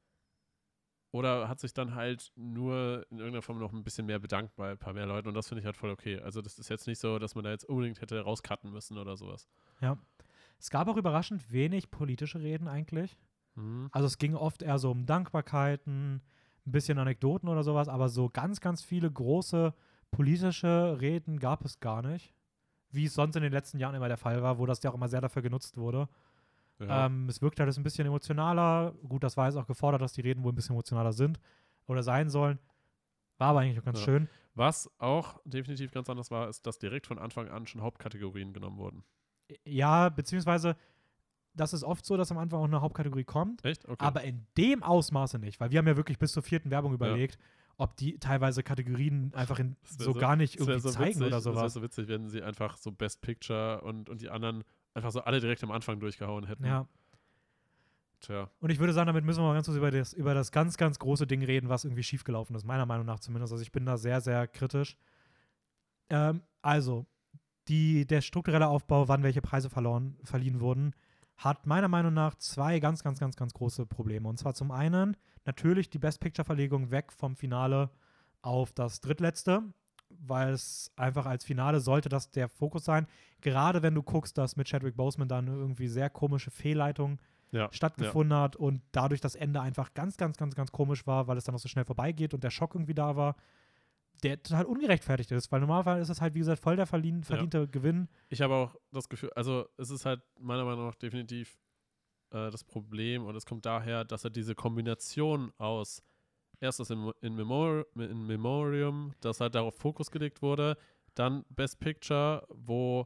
oder hat sich dann halt nur in irgendeiner Form noch ein bisschen mehr bedankt bei ein paar mehr Leuten und das finde ich halt voll okay. Also das ist jetzt nicht so, dass man da jetzt unbedingt hätte rauscutten müssen oder sowas. Ja. Es gab auch überraschend wenig politische Reden eigentlich. Mhm. Also es ging oft eher so um Dankbarkeiten, ein bisschen Anekdoten oder sowas, aber so ganz, ganz viele große politische Reden gab es gar nicht. Wie es sonst in den letzten Jahren immer der Fall war, wo das ja auch immer sehr dafür genutzt wurde. Ja. Es wirkt halt ein bisschen emotionaler. Gut, das war jetzt auch gefordert, dass die Reden wohl ein bisschen emotionaler sind oder sein sollen. War aber eigentlich auch ganz schön. Was auch definitiv ganz anders war, ist, dass direkt von Anfang an schon Hauptkategorien genommen wurden. Ja, beziehungsweise das ist oft so, dass am Anfang auch eine Hauptkategorie kommt. Echt? Okay. Aber in dem Ausmaße nicht, weil wir haben ja wirklich bis zur 4. Werbung überlegt, ob die teilweise Kategorien einfach gar nicht irgendwie zeigen oder sowas. Das wäre so witzig, wenn sie einfach so Best Picture und die anderen einfach so alle direkt am Anfang durchgehauen hätten. Ja. Tja. Und ich würde sagen, damit müssen wir mal ganz kurz über das ganz, ganz große Ding reden, was irgendwie schiefgelaufen ist, meiner Meinung nach zumindest. Also ich bin da sehr, sehr kritisch. Also, der strukturelle Aufbau, wann welche Preise verliehen wurden, hat meiner Meinung nach 2 ganz, ganz, ganz, ganz große Probleme. Und zwar zum einen natürlich die Best Picture-Verlegung weg vom Finale auf das drittletzte, weil es einfach als Finale sollte das der Fokus sein. Gerade wenn du guckst, dass mit Chadwick Boseman dann irgendwie sehr komische Fehlleitung stattgefunden hat und dadurch das Ende einfach ganz, ganz, ganz, ganz komisch war, weil es dann auch so schnell vorbeigeht und der Schock irgendwie da war, der total ungerechtfertigt ist, weil normalerweise ist es halt, wie gesagt, voll der verdiente Gewinn. Ich habe auch das Gefühl, also es ist halt meiner Meinung nach definitiv das Problem und es kommt daher, dass er diese Kombination aus erst das in Memoriam, das halt darauf Fokus gelegt wurde, dann Best Picture, wo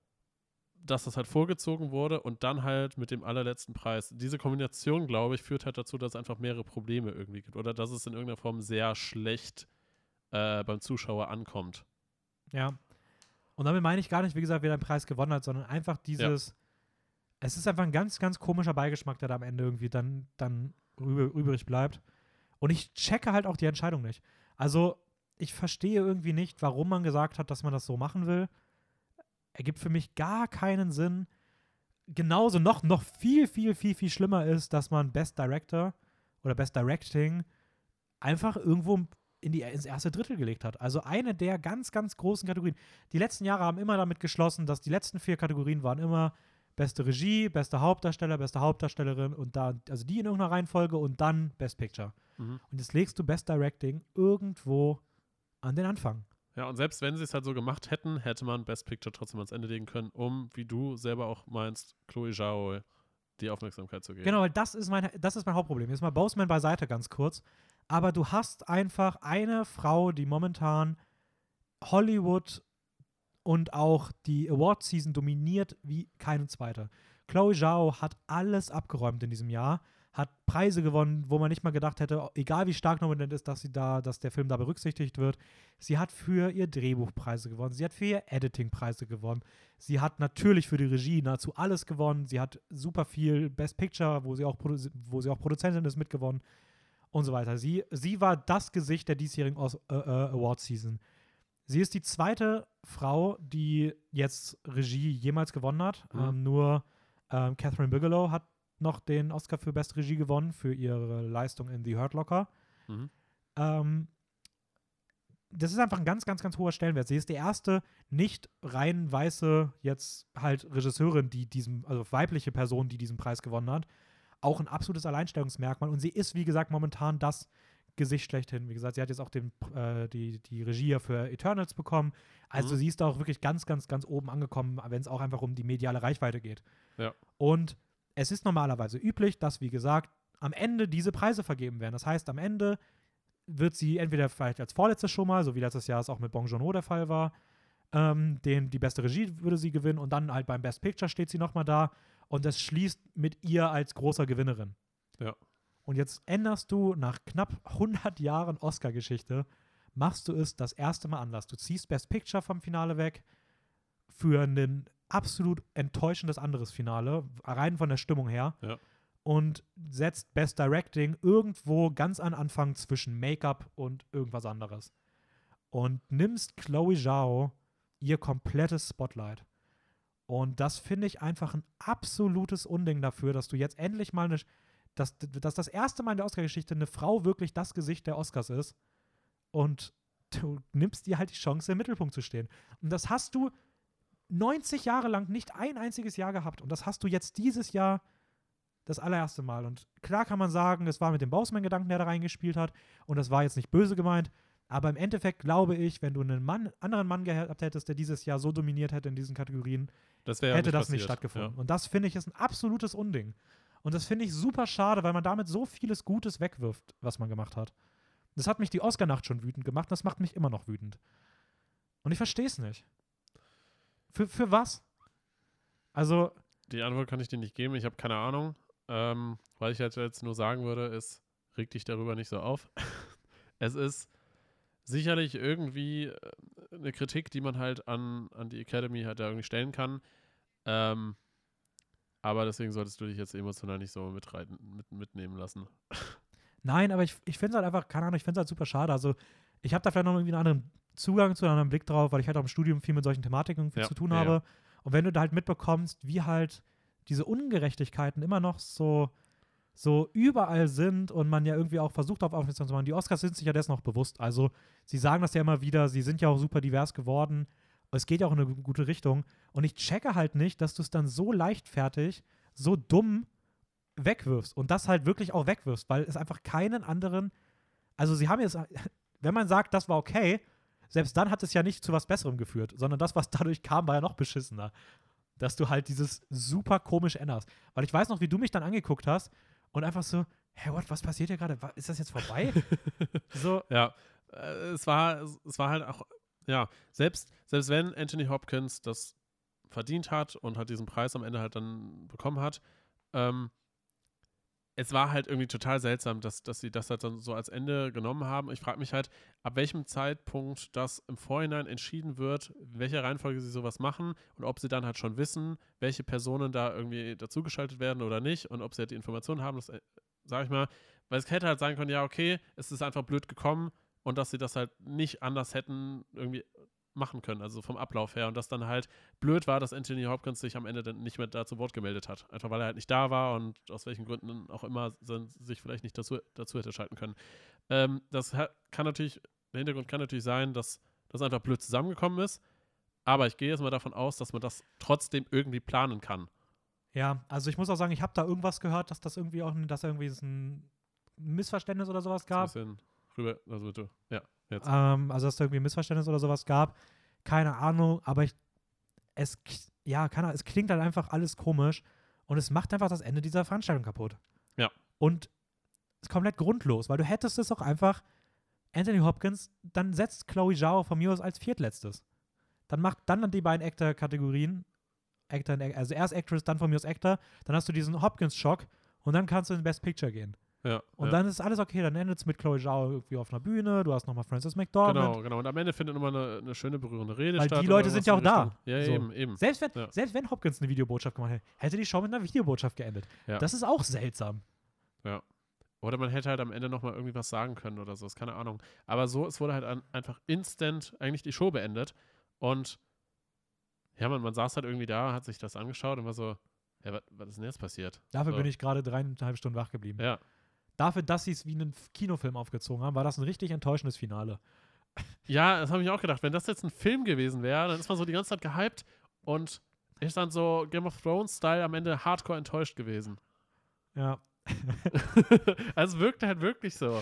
das halt vorgezogen wurde und dann halt mit dem allerletzten Preis. Diese Kombination, glaube ich, führt halt dazu, dass es einfach mehrere Probleme irgendwie gibt oder dass es in irgendeiner Form sehr schlecht beim Zuschauer ankommt. Ja. Und damit meine ich gar nicht, wie gesagt, wer den Preis gewonnen hat, sondern einfach dieses, es ist einfach ein ganz, ganz komischer Beigeschmack, der da am Ende irgendwie dann übrig bleibt. Und ich checke halt auch die Entscheidung nicht. Also, ich verstehe irgendwie nicht, warum man gesagt hat, dass man das so machen will. Ergibt für mich gar keinen Sinn. Genauso noch viel, viel, viel, viel schlimmer ist, dass man Best Director oder Best Directing einfach irgendwo ins erste Drittel gelegt hat. Also eine der ganz, ganz großen Kategorien. Die letzten Jahre haben immer damit geschlossen, dass die letzten 4 Kategorien waren immer beste Regie, beste Hauptdarsteller, beste Hauptdarstellerin und also die in irgendeiner Reihenfolge und dann Best Picture. Mhm. Und jetzt legst du Best Directing irgendwo an den Anfang. Ja, und selbst wenn sie es halt so gemacht hätten, hätte man Best Picture trotzdem ans Ende legen können, um, wie du selber auch meinst, Chloe Zhao die Aufmerksamkeit zu geben. Genau, weil das ist mein Hauptproblem. Jetzt mal Boseman beiseite ganz kurz. Aber du hast einfach eine Frau, die momentan Hollywood und auch die Award-Season dominiert wie keine zweite. Chloe Zhao hat alles abgeräumt in diesem Jahr, hat Preise gewonnen, wo man nicht mal gedacht hätte, egal wie stark nominiert ist, dass der Film da berücksichtigt wird. Sie hat für ihr Drehbuch Preise gewonnen, sie hat für ihr Editing Preise gewonnen, sie hat natürlich für die Regie nahezu alles gewonnen, sie hat super viel Best Picture, wo sie auch Produzentin ist, mitgewonnen und so weiter. Sie war das Gesicht der diesjährigen Award-Season. Sie ist die zweite Frau, die jetzt Regie jemals gewonnen hat. Nur Catherine Bigelow hat noch den Oscar für Beste Regie gewonnen, für ihre Leistung in The Hurt Locker. das ist einfach ein ganz, ganz, ganz hoher Stellenwert. Sie ist die erste nicht rein weiße jetzt halt Regisseurin, also weibliche Person, die diesen Preis gewonnen hat. Auch ein absolutes Alleinstellungsmerkmal. Und sie ist, wie gesagt, momentan das Gesicht schlechthin. Wie gesagt, sie hat jetzt auch die Regie für Eternals bekommen. Also sie ist da auch wirklich ganz, ganz, ganz oben angekommen, wenn es auch einfach um die mediale Reichweite geht. Ja. Und es ist normalerweise üblich, dass, wie gesagt, am Ende diese Preise vergeben werden. Das heißt, am Ende wird sie entweder vielleicht als vorletztes schon mal, so wie letztes Jahr es auch mit Bong Joon-ho der Fall war, die beste Regie würde sie gewinnen und dann halt beim Best Picture steht sie nochmal da und das schließt mit ihr als großer Gewinnerin. Ja. Und jetzt änderst du nach knapp 100 Jahren Oscar-Geschichte, machst du es das erste Mal anders. Du ziehst Best Picture vom Finale weg für ein absolut enttäuschendes anderes Finale, rein von der Stimmung her. Ja. Und setzt Best Directing irgendwo ganz an Anfang zwischen Make-up und irgendwas anderes. Und nimmst Chloe Zhao ihr komplettes Spotlight. Und das finde ich einfach ein absolutes Unding dafür, dass du jetzt endlich mal dass das erste Mal in der Oscar-Geschichte eine Frau wirklich das Gesicht der Oscars ist. Und du nimmst dir halt die Chance, im Mittelpunkt zu stehen. Und das hast du 90 Jahre lang nicht ein einziges Jahr gehabt. Und das hast du jetzt dieses Jahr das allererste Mal. Und klar kann man sagen, es war mit dem Bausman-Gedanken, der da reingespielt hat. Und das war jetzt nicht böse gemeint. Aber im Endeffekt glaube ich, wenn du einen anderen Mann gehabt hättest, der dieses Jahr so dominiert hätte in diesen Kategorien, hätte das nicht stattgefunden. Ja. Und das finde ich ist ein absolutes Unding. Und das finde ich super schade, weil man damit so vieles Gutes wegwirft, was man gemacht hat. Das hat mich die Oscar-Nacht schon wütend gemacht und das macht mich immer noch wütend. Und ich verstehe es nicht. Für was? Also die Antwort kann ich dir nicht geben. Ich habe keine Ahnung. Weil ich halt jetzt nur sagen würde, ist, reg dich darüber nicht so auf. Es ist sicherlich irgendwie eine Kritik, die man halt an die Academy halt da irgendwie stellen kann. Aber deswegen solltest du dich jetzt emotional nicht so mitnehmen lassen. Nein, aber ich finde es halt einfach, keine Ahnung, ich finde es halt super schade. Also ich habe da vielleicht noch irgendwie einen anderen Zugang zu, einen anderen Blick drauf, weil ich halt auch im Studium viel mit solchen Thematiken zu tun habe. Ja. Und wenn du da halt mitbekommst, wie halt diese Ungerechtigkeiten immer noch so überall sind und man ja irgendwie auch versucht, darauf aufmerksam zu machen. Die Oscars sind sich ja dessen noch bewusst. Also sie sagen das ja immer wieder, sie sind ja auch super divers geworden. Es geht ja auch in eine gute Richtung. Und ich checke halt nicht, dass du es dann so leichtfertig, so dumm wegwirfst. Und das halt wirklich auch wegwirfst, weil es einfach keinen anderen, also sie haben jetzt, wenn man sagt, das war okay, selbst dann hat es ja nicht zu was Besserem geführt, sondern das, was dadurch kam, war ja noch beschissener. Dass du halt dieses super komisch änderst. Weil ich weiß noch, wie du mich dann angeguckt hast und einfach so, hey, was passiert hier gerade? Ist das jetzt vorbei? So. Ja, es war halt auch, ja, selbst wenn Anthony Hopkins das verdient hat und halt diesen Preis am Ende halt dann bekommen hat, es war halt irgendwie total seltsam, dass sie das halt dann so als Ende genommen haben. Ich frage mich halt, ab welchem Zeitpunkt das im Vorhinein entschieden wird, in welcher Reihenfolge sie sowas machen und ob sie dann halt schon wissen, welche Personen da irgendwie dazugeschaltet werden oder nicht und ob sie halt die Informationen haben, das sage ich mal, weil es hätte halt sagen können, ja okay, es ist einfach blöd gekommen und dass sie das halt nicht anders hätten irgendwie machen können, also vom Ablauf her. Und dass dann halt blöd war, dass Anthony Hopkins sich am Ende dann nicht mehr da zu Wort gemeldet hat. Einfach weil er halt nicht da war und aus welchen Gründen auch immer sich vielleicht nicht dazu hätte schalten können. Kann natürlich, der Hintergrund kann natürlich sein, dass das einfach blöd zusammengekommen ist. Aber ich gehe jetzt mal davon aus, dass man das trotzdem irgendwie planen kann. Ja, also ich muss auch sagen, ich habe da irgendwas gehört, dass irgendwie ein Missverständnis oder sowas gab. Ein bisschen rüber, also bitte, ja. Jetzt. Also, dass da irgendwie ein Missverständnis oder sowas gab. Keine Ahnung, aber es klingt halt einfach alles komisch und es macht einfach das Ende dieser Veranstaltung kaputt. Ja. Und es ist komplett grundlos, weil du hättest es auch einfach Anthony Hopkins, dann setzt Chloe Zhao von mir aus als viertletztes. Dann macht dann die beiden Actor-Kategorien, also erst Actress, dann von mir aus Actor, dann hast du diesen Hopkins-Schock und dann kannst du in Best Picture gehen. Ja, und dann ist alles okay, dann endet es mit Chloe Zhao irgendwie auf einer Bühne, du hast nochmal Frances McDormand. Genau. Und am Ende findet immer eine schöne, berührende Rede statt. Weil die Leute sind ja auch da. Ja, so. eben. Selbst wenn Hopkins eine Videobotschaft gemacht hätte, hätte die Show mit einer Videobotschaft geendet. Ja. Das ist auch seltsam. Ja. Oder man hätte halt am Ende nochmal irgendwie was sagen können oder so, ist keine Ahnung. Aber so, es wurde halt einfach instant eigentlich die Show beendet. Und ja, man saß halt irgendwie da, hat sich das angeschaut und war so, ja, was ist denn jetzt passiert? Dafür bin ich gerade 3,5 Stunden wach geblieben. Ja. Dafür, dass sie es wie einen Kinofilm aufgezogen haben, war das ein richtig enttäuschendes Finale. Ja, das habe ich auch gedacht. Wenn das jetzt ein Film gewesen wäre, dann ist man so die ganze Zeit gehypt und ist dann so Game of Thrones-Style am Ende hardcore enttäuscht gewesen. Ja. Also es wirkte halt wirklich so.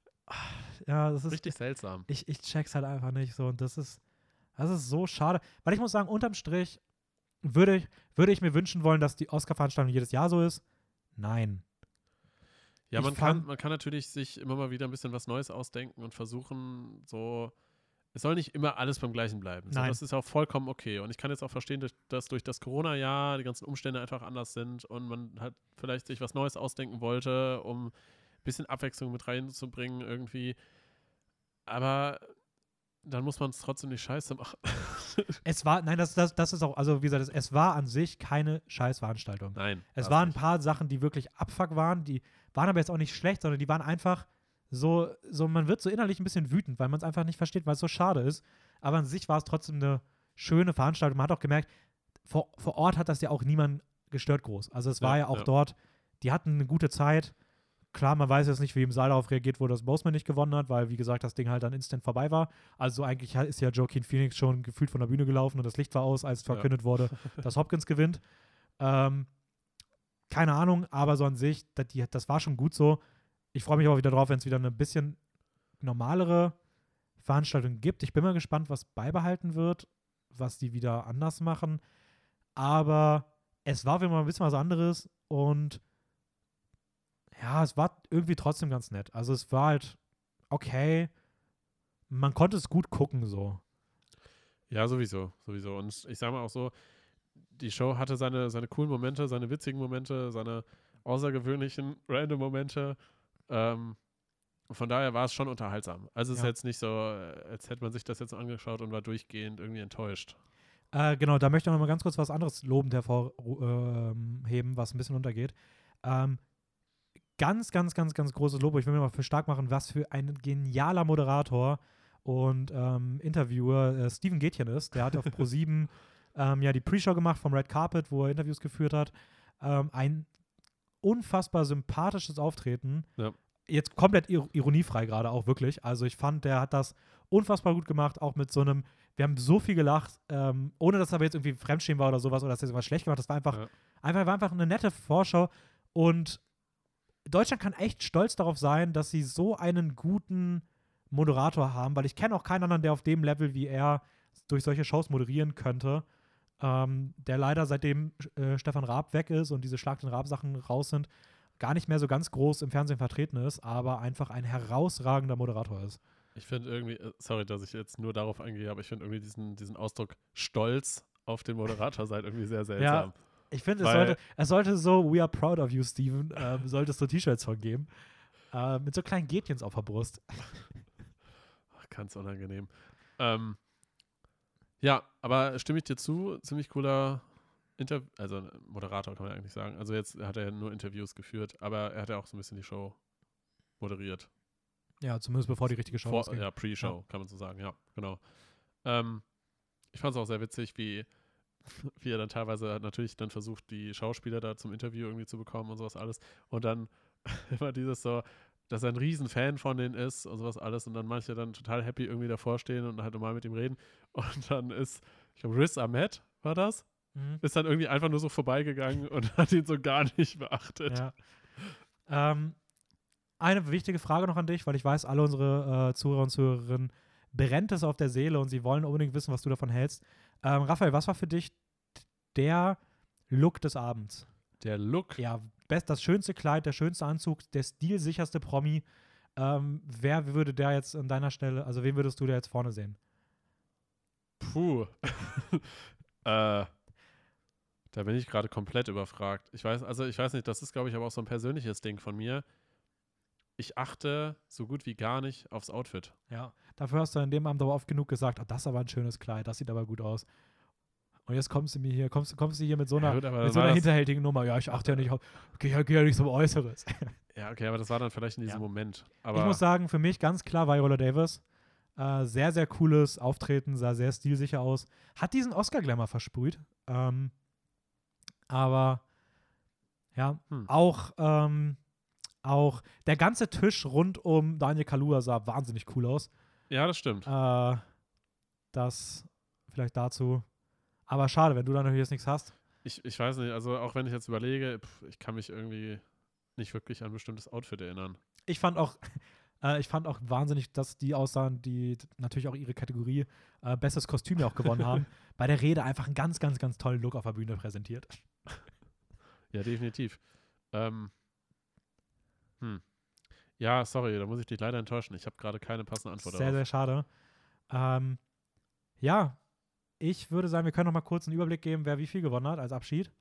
Ja, das ist Richtig seltsam. Ich check's halt einfach nicht so und das ist so schade. Weil ich muss sagen, unterm Strich würde ich mir wünschen wollen, dass die Oscar-Veranstaltung jedes Jahr so ist. Nein. Ja, Ich man fand- kann natürlich sich immer mal wieder ein bisschen was Neues ausdenken und versuchen, so. Es soll nicht immer alles beim Gleichen bleiben. So, Nein. das ist auch vollkommen okay. Und ich kann jetzt auch verstehen, dass durch das Corona-Jahr die ganzen Umstände einfach anders sind und man halt vielleicht sich was Neues ausdenken wollte, um ein bisschen Abwechslung mit reinzubringen irgendwie. Aber dann muss man es trotzdem nicht scheiße machen. Es war, nein, das ist auch, also wie gesagt, es war an sich keine Scheißveranstaltung. Nein. Es waren ein paar Sachen, die wirklich Abfuck waren, die waren aber jetzt auch nicht schlecht, sondern die waren einfach so man wird so innerlich ein bisschen wütend, weil man es einfach nicht versteht, weil es so schade ist. Aber an sich war es trotzdem eine schöne Veranstaltung. Man hat auch gemerkt, vor Ort hat das ja auch niemand gestört groß. Also es war ja auch dort, die hatten eine gute Zeit. Klar, man weiß jetzt nicht, wie im Saal darauf reagiert wurde, dass Boseman nicht gewonnen hat, weil, wie gesagt, das Ding halt dann instant vorbei war. Also eigentlich ist ja Joaquin Phoenix schon gefühlt von der Bühne gelaufen und das Licht war aus, als verkündet wurde, dass Hopkins gewinnt. Keine Ahnung, aber so an sich, das war schon gut so. Ich freue mich aber wieder drauf, wenn es wieder eine bisschen normalere Veranstaltung gibt. Ich bin mal gespannt, was beibehalten wird, was die wieder anders machen. Aber es war wieder mal ein bisschen was anderes und ja, es war irgendwie trotzdem ganz nett. Also es war halt okay. Man konnte es gut gucken so. Ja, sowieso. Und ich sage mal auch so, die Show hatte seine coolen Momente, seine witzigen Momente, seine außergewöhnlichen random Momente. Von daher war es schon unterhaltsam. Also es ist jetzt nicht so, als hätte man sich das jetzt angeschaut und war durchgehend irgendwie enttäuscht. Genau, da möchte ich noch mal ganz kurz was anderes lobend hervorheben, was ein bisschen untergeht. Ganz, ganz, ganz, ganz großes Lob. Ich will mir mal für stark machen, was für ein genialer Moderator und Interviewer Steven Gätchen ist. Der hat auf Pro7 ja die Pre-Show gemacht vom Red Carpet, wo er Interviews geführt hat. Ein unfassbar sympathisches Auftreten. Ja. Jetzt komplett ironiefrei gerade auch, wirklich. Also ich fand, der hat das unfassbar gut gemacht, auch mit so einem, wir haben so viel gelacht, ohne dass aber jetzt irgendwie Fremdschämen war oder sowas oder dass er irgendwas schlecht gemacht hat. Das war einfach eine nette Vorschau und Deutschland kann echt stolz darauf sein, dass sie so einen guten Moderator haben, weil ich kenne auch keinen anderen, der auf dem Level wie er durch solche Shows moderieren könnte, der leider seitdem Stefan Raab weg ist und diese Schlag den Raab-Sachen raus sind, gar nicht mehr so ganz groß im Fernsehen vertreten ist, aber einfach ein herausragender Moderator ist. Ich finde irgendwie, sorry, dass ich jetzt nur darauf eingehe, aber ich finde irgendwie diesen Ausdruck Stolz auf den Moderator sein irgendwie sehr seltsam. Ja, ich finde, es sollte so We are proud of you, Steven, sollte es so T-Shirts von geben. Mit so kleinen Gätchens auf der Brust. Ganz unangenehm. Ja, aber stimme ich dir zu, ziemlich cooler also Moderator kann man eigentlich sagen. Also jetzt hat er nur Interviews geführt, aber er hat ja auch so ein bisschen die Show moderiert. Ja, zumindest bevor die richtige Show losging. Ja, Pre-Show, kann man so sagen, ja, genau. Ich fand es auch sehr witzig, wie er dann teilweise natürlich dann versucht, die Schauspieler da zum Interview irgendwie zu bekommen und sowas alles. Und dann immer dieses so, dass er ein Riesenfan von denen ist und sowas alles und dann manche dann total happy irgendwie davor stehen und halt normal mit ihm reden. Und dann ist, ich glaube, Riz Ahmed war das, ist dann irgendwie einfach nur so vorbeigegangen und hat ihn so gar nicht beachtet. Ja. Eine wichtige Frage noch an dich, weil ich weiß, alle unsere Zuhörer und Zuhörerinnen brennt es auf der Seele und sie wollen unbedingt wissen, was du davon hältst. Raphael, was war für dich der Look des Abends? Der Look? Ja, das schönste Kleid, der schönste Anzug, der stilsicherste Promi. Wer würde der jetzt an deiner Stelle, also wen würdest du da jetzt vorne sehen? Puh. Da bin ich gerade komplett überfragt. Ich weiß nicht, das ist, glaube ich, aber auch so ein persönliches Ding von mir. Ich achte so gut wie gar nicht aufs Outfit. Ja, dafür hast du in dem Abend aber oft genug gesagt, oh, das ist aber ein schönes Kleid, das sieht aber gut aus. Und jetzt kommst du hier mit so einer, hinterhältigen Nummer. Ja, ich achte ja nicht auf, geh ja nicht so Äußeres. Ja, okay, aber das war dann vielleicht in diesem Moment. Aber ich muss sagen, für mich ganz klar Viola Davis. Sehr, sehr cooles Auftreten, sah sehr stilsicher aus. Hat diesen Oscar-Glamour versprüht. Aber ja, auch der ganze Tisch rund um Daniel Kaluuya sah wahnsinnig cool aus. Ja, das stimmt. Das vielleicht dazu. Aber schade, wenn du dann natürlich jetzt nichts hast. Ich weiß nicht, also auch wenn ich jetzt überlege, ich kann mich irgendwie nicht wirklich an ein bestimmtes Outfit erinnern. Ich fand auch wahnsinnig, dass die aussahen, die natürlich auch ihre Kategorie bestes Kostüm ja auch gewonnen haben, bei der Rede einfach einen ganz, ganz, ganz tollen Look auf der Bühne präsentiert. Ja, definitiv. Ja, sorry, da muss ich dich leider enttäuschen. Ich habe gerade keine passende Antwort Sehr, sehr schade. Ja, ich würde sagen, wir können noch mal kurz einen Überblick geben, wer wie viel gewonnen hat als Abschied.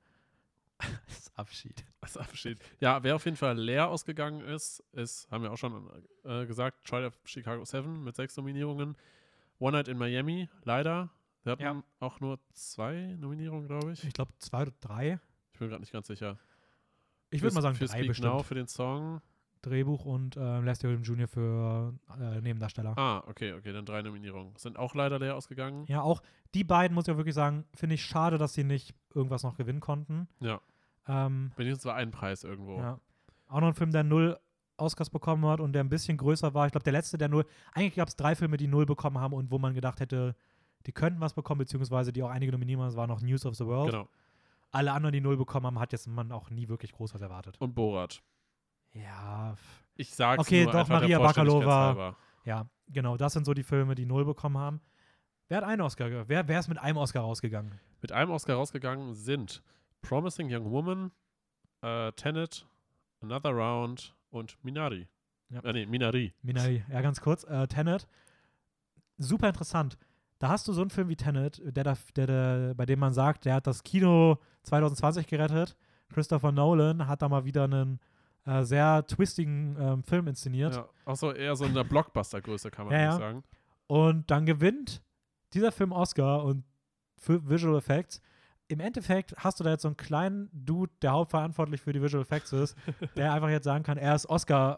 Als Abschied. Ja, wer auf jeden Fall leer ausgegangen ist, haben wir auch schon gesagt, Trial of Chicago 7 mit 6 Nominierungen. One Night in Miami, leider. Wir hatten auch nur 2 Nominierungen, glaube ich. Ich glaube 2 oder 3. Ich bin gerade nicht ganz sicher. Ich würde mal sagen für 3 Speak bestimmt. Now, für den Song. Drehbuch und Leslie Odom Jr. für Nebendarsteller. Okay, dann 3 Nominierungen. Sind auch leider leer ausgegangen. Ja, auch die beiden, muss ich auch wirklich sagen, finde ich schade, dass sie nicht irgendwas noch gewinnen konnten. Ja. Wenigstens war ein Preis irgendwo. Ja. Auch noch ein Film, der 0 Oscars bekommen hat und der ein bisschen größer war. Ich glaube, der letzte, der 0. Eigentlich gab es 3 Filme, die 0 bekommen haben und wo man gedacht hätte, die könnten was bekommen, beziehungsweise die auch einige nominiert haben. Das war noch News of the World. Genau. Alle anderen, die 0 bekommen haben, hat jetzt man auch nie wirklich groß was erwartet. Und Borat. Ja. Ich sag's okay, nur doch, einfach Maria der Bakalova. halber. Ja, genau. Das sind so die Filme, die 0 bekommen haben. Wer hat einen Oscar? Wer ist mit einem Oscar rausgegangen? Mit einem Oscar rausgegangen sind Promising Young Woman, Tenet, Another Round und Minari. Ja. Minari. Minari, ja, ganz kurz. Tenet. Super interessant. Da hast du so einen Film wie Tenet, bei dem man sagt, der hat das Kino 2020 gerettet. Christopher Nolan hat da mal wieder einen sehr twistigen Film inszeniert. Ja, auch so eher so in der Blockbuster-Größe, kann man ja. sagen. Und dann gewinnt dieser Film Oscar und für Visual Effects. Im Endeffekt hast du da jetzt so einen kleinen Dude, der hauptverantwortlich für die Visual Effects ist, der einfach jetzt sagen kann, er ist Oscar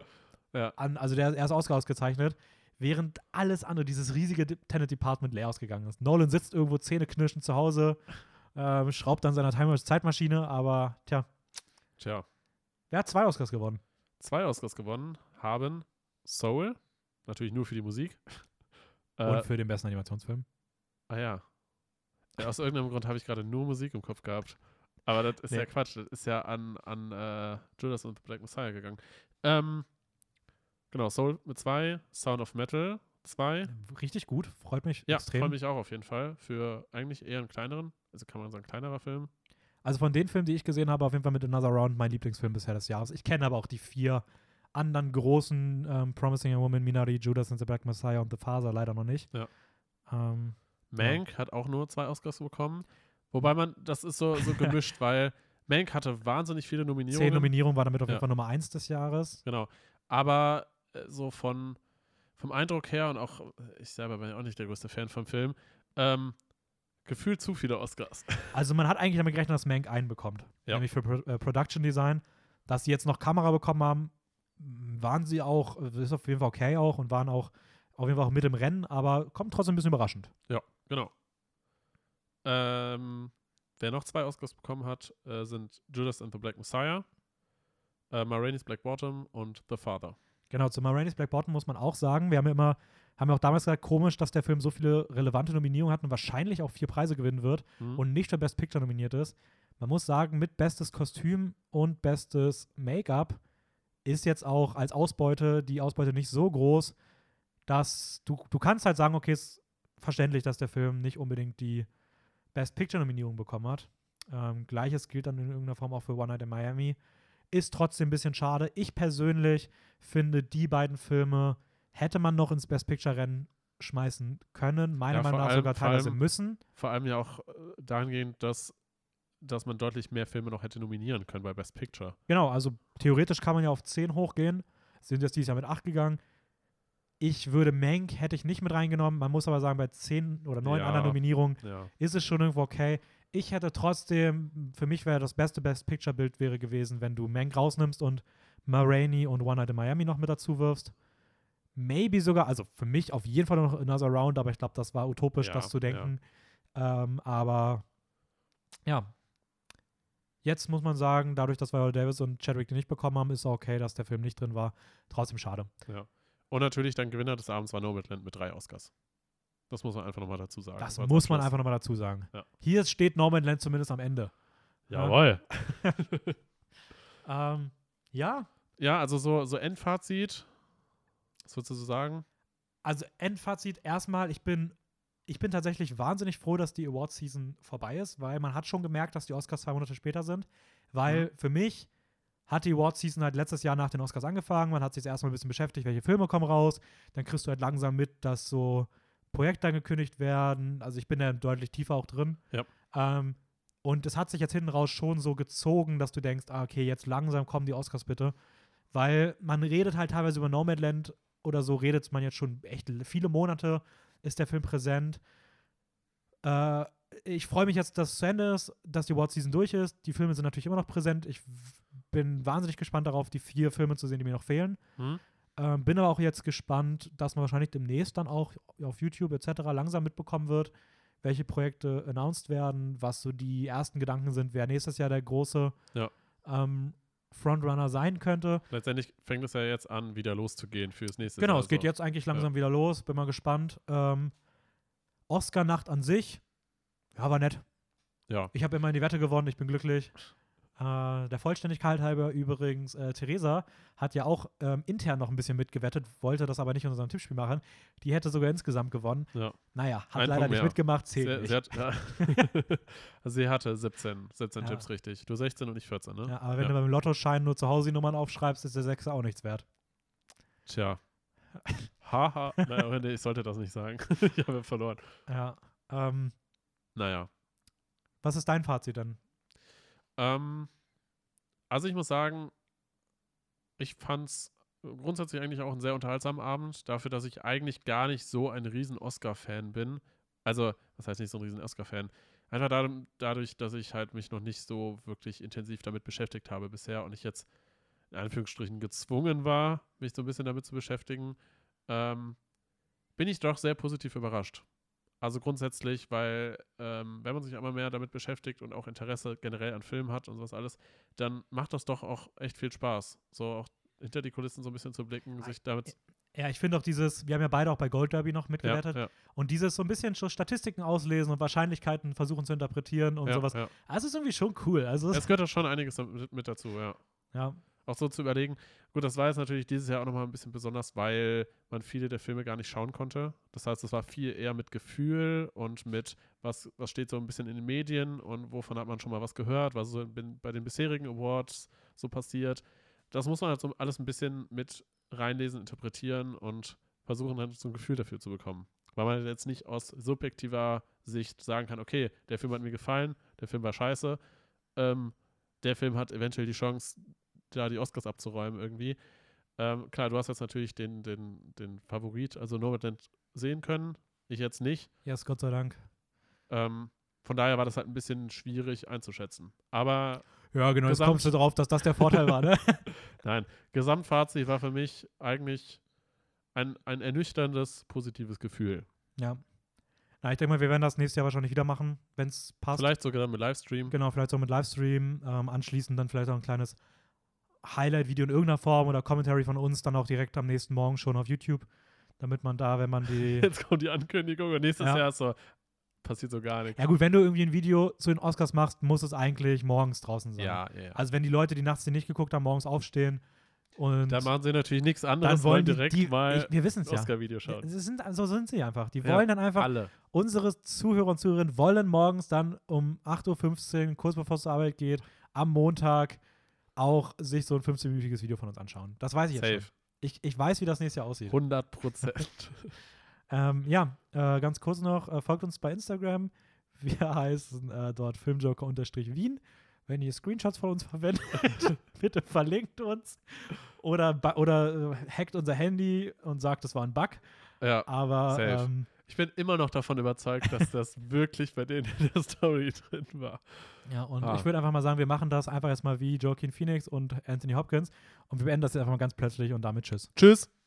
er ist Oscar ausgezeichnet, während alles andere, dieses riesige Tenet-Department leer ausgegangen ist. Nolan sitzt irgendwo zähneknirschend zu Hause, schraubt an seiner Zeitmaschine, aber tja. Wer hat 2 Oscars gewonnen? 2 Oscars gewonnen haben Soul, natürlich nur für die Musik. Und für den besten Animationsfilm. Ja. Aus irgendeinem Grund habe ich gerade nur Musik im Kopf gehabt. Aber das ist ja Quatsch. Das ist ja an Judas und the Black Messiah gegangen. Genau, Soul mit 2, Sound of Metal 2. Richtig gut, freut mich extrem. Ja, freut mich auch auf jeden Fall. Für eigentlich eher einen kleineren, also kann man sagen, kleinerer Film. Also von den Filmen, die ich gesehen habe, auf jeden Fall mit Another Round mein Lieblingsfilm bisher des Jahres. Ich kenne aber auch die 4 anderen großen Promising Young Woman, Minari, Judas and the Black Messiah und The Father leider noch nicht. Ja. Mank hat auch nur 2 Oscars bekommen. Wobei das ist so gemischt, weil Mank hatte wahnsinnig viele Nominierungen. 10 Nominierungen, war damit auf jeden Fall Nummer 1 des Jahres. Genau. Aber so vom Eindruck her und auch, ich selber bin ja auch nicht der größte Fan vom Film, gefühlt zu viele Oscars. Also man hat eigentlich damit gerechnet, dass Mank einen bekommt. Ja. Nämlich für Production Design. Dass sie jetzt noch Kamera bekommen haben, waren sie auch, ist auf jeden Fall okay auch und waren auch auf jeden Fall auch mit im Rennen, aber kommt trotzdem ein bisschen überraschend. Ja, genau. Wer noch 2 Oscars bekommen hat, sind Judas and the Black Messiah, Ma Rainey's Black Bottom und The Father. Genau, zu Ma Rainey's Black Bottom muss man auch sagen, wir haben ja auch damals gesagt, komisch, dass der Film so viele relevante Nominierungen hat und wahrscheinlich auch 4 Preise gewinnen wird und nicht für Best Picture nominiert ist. Man muss sagen, mit bestes Kostüm und bestes Make-up ist jetzt auch als Ausbeute die Ausbeute nicht so groß, dass du kannst halt sagen, okay, ist verständlich, dass der Film nicht unbedingt die Best Picture-Nominierung bekommen hat. Gleiches gilt dann in irgendeiner Form auch für One Night in Miami. Ist trotzdem ein bisschen schade. Ich persönlich finde, die beiden Filme hätte man noch ins Best Picture-Rennen schmeißen können. Meiner Meinung nach sogar teilweise müssen. Vor allem ja auch dahingehend, dass man deutlich mehr Filme noch hätte nominieren können bei Best Picture. Genau, also theoretisch kann man ja auf 10 hochgehen. Sind jetzt dieses Jahr mit 8 gegangen. Ich würde Mank hätte ich nicht mit reingenommen. Man muss aber sagen, bei 10 oder 9 anderen Nominierungen ist es schon irgendwo okay. Ich hätte trotzdem, für mich wäre das beste Best Picture-Bild wäre gewesen, wenn du Mank rausnimmst und Ma Rainey und One Night in Miami noch mit dazu wirfst. Maybe sogar, also für mich auf jeden Fall noch Another Round, aber ich glaube, das war utopisch, das zu denken. Aber ja, jetzt muss man sagen, dadurch, dass Viola Davis und Chadwick die nicht bekommen haben, ist es okay, dass der Film nicht drin war. Trotzdem schade. Ja. Und natürlich dann Gewinner des Abends war Nomadland mit 3 Oscars. Das muss man einfach nochmal dazu sagen. Das muss man einfach nochmal dazu sagen. Ja. Hier steht Nomadland zumindest am Ende. Jawohl. Ja. Ja, also so Endfazit. Was würdest du so sagen? Also Endfazit erstmal, ich bin tatsächlich wahnsinnig froh, dass die Awards-Season vorbei ist, weil man hat schon gemerkt, dass die Oscars 2 Monate später sind. Weil für mich hat die Awards-Season halt letztes Jahr nach den Oscars angefangen. Man hat sich erstmal ein bisschen beschäftigt, welche Filme kommen raus. Dann kriegst du halt langsam mit, dass so Projekte angekündigt werden. Also ich bin da deutlich tiefer auch drin. Ja. Und es hat sich jetzt hinten raus schon so gezogen, dass du denkst, okay, jetzt langsam kommen die Oscars bitte. Weil man redet halt teilweise über Nomadland oder so, redet man jetzt schon echt viele Monate, ist der Film präsent. Ich freue mich jetzt, dass es zu Ende ist, dass die Award-Season durch ist. Die Filme sind natürlich immer noch präsent. Ich bin wahnsinnig gespannt darauf, die 4 Filme zu sehen, die mir noch fehlen. Bin aber auch jetzt gespannt, dass man wahrscheinlich demnächst dann auch auf YouTube etc. langsam mitbekommen wird, welche Projekte announced werden, was so die ersten Gedanken sind, wer nächstes Jahr der große Frontrunner sein könnte. Letztendlich fängt es ja jetzt an, wieder loszugehen fürs nächste Genau, Jahr. es geht jetzt eigentlich langsam wieder los. Bin mal gespannt. Oscar-Nacht an sich, ja, war nett. Ja. Ich habe immerhin die Wette gewonnen, ich bin glücklich. Der Vollständigkeit halber übrigens, Theresa hat ja auch intern noch ein bisschen mitgewettet, wollte das aber nicht in unserem Tippspiel machen. Die hätte sogar insgesamt gewonnen. Ja. Naja, hat Ein leider Punkt nicht mehr. mitgemacht, zählt nicht. Also sie hatte 17 Tipps richtig. Du 16 und ich 14, ne? Ja, aber wenn du beim Lottoschein nur zu Hause die Nummern aufschreibst, ist der 6 auch nichts wert. Tja. Haha. Naja, nee, ich sollte das nicht sagen. Ich habe verloren. Ja. Naja. Was ist dein Fazit dann? Also ich muss sagen, ich fand es grundsätzlich eigentlich auch einen sehr unterhaltsamen Abend, dafür, dass ich eigentlich gar nicht so ein riesen Oscar-Fan bin. Also, was heißt nicht so ein riesen Oscar-Fan? Einfach dadurch, dass ich halt mich noch nicht so wirklich intensiv damit beschäftigt habe bisher und ich jetzt in Anführungsstrichen gezwungen war, mich so ein bisschen damit zu beschäftigen, bin ich doch sehr positiv überrascht. Also grundsätzlich, weil wenn man sich einmal mehr damit beschäftigt und auch Interesse generell an Filmen hat und sowas alles, dann macht das doch auch echt viel Spaß. So auch hinter die Kulissen so ein bisschen zu blicken, sich damit... Ja, ich finde auch wir haben ja beide auch bei Gold Derby noch mitgewertet. Ja. Und dieses so ein bisschen Statistiken auslesen und Wahrscheinlichkeiten versuchen zu interpretieren und sowas. Ja. Also ist irgendwie schon cool. Also es gehört doch schon einiges mit dazu, ja. Ja. Auch so zu überlegen. Gut, das war jetzt natürlich dieses Jahr auch nochmal ein bisschen besonders, weil man viele der Filme gar nicht schauen konnte. Das heißt, es war viel eher mit Gefühl und mit, was steht so ein bisschen in den Medien und wovon hat man schon mal was gehört, was so bei den bisherigen Awards so passiert. Das muss man halt so alles ein bisschen mit reinlesen, interpretieren und versuchen dann so ein Gefühl dafür zu bekommen. Weil man jetzt nicht aus subjektiver Sicht sagen kann, okay, der Film hat mir gefallen, der Film war scheiße, der Film hat eventuell die Chance, da die Oscars abzuräumen irgendwie. Klar, du hast jetzt natürlich den Favorit, also Nomadland, sehen können. Ich jetzt nicht. Yes, Gott sei Dank. Von daher war das halt ein bisschen schwierig einzuschätzen. Aber ja, genau, jetzt kommst du drauf, dass das der Vorteil war, ne? Nein, Gesamtfazit war für mich eigentlich ein ernüchterndes, positives Gefühl. Ja. Na, ich denke mal, wir werden das nächstes Jahr wahrscheinlich wieder machen, wenn es passt. Vielleicht sogar mit Livestream. Genau, vielleicht so mit Livestream. Anschließend dann vielleicht auch ein kleines Highlight-Video in irgendeiner Form oder Commentary von uns dann auch direkt am nächsten Morgen schon auf YouTube, damit man da, wenn man die... Jetzt kommt die Ankündigung und nächstes Jahr ist so, passiert so gar nichts. Ja gut, wenn du irgendwie ein Video zu den Oscars machst, muss es eigentlich morgens draußen sein. Ja. Also wenn die Leute, die nachts nicht geguckt haben, morgens aufstehen und... Dann machen sie natürlich nichts anderes, dann wollen direkt mal wir wissen's ein Oscar-Video schauen. So sind sie einfach. Die wollen dann einfach... Alle. Unsere Zuhörer und Zuhörerinnen wollen morgens dann um 8:15 Uhr, kurz bevor es zur Arbeit geht, am Montag auch sich so ein 15-minütiges Video von uns anschauen. Das weiß ich jetzt schon. Ich weiß, wie das nächstes Jahr aussieht. 100%. Ganz kurz noch, folgt uns bei Instagram. Wir heißen dort Filmjoker_Wien. Wenn ihr Screenshots von uns verwendet, bitte verlinkt uns. Oder hackt unser Handy und sagt, das war ein Bug. Ja, aber ich bin immer noch davon überzeugt, dass das wirklich bei denen in der Story drin war. Ja, und ich würde einfach mal sagen, wir machen das einfach jetzt mal wie Joaquin Phoenix und Anthony Hopkins und wir beenden das jetzt einfach mal ganz plötzlich und damit tschüss. Tschüss.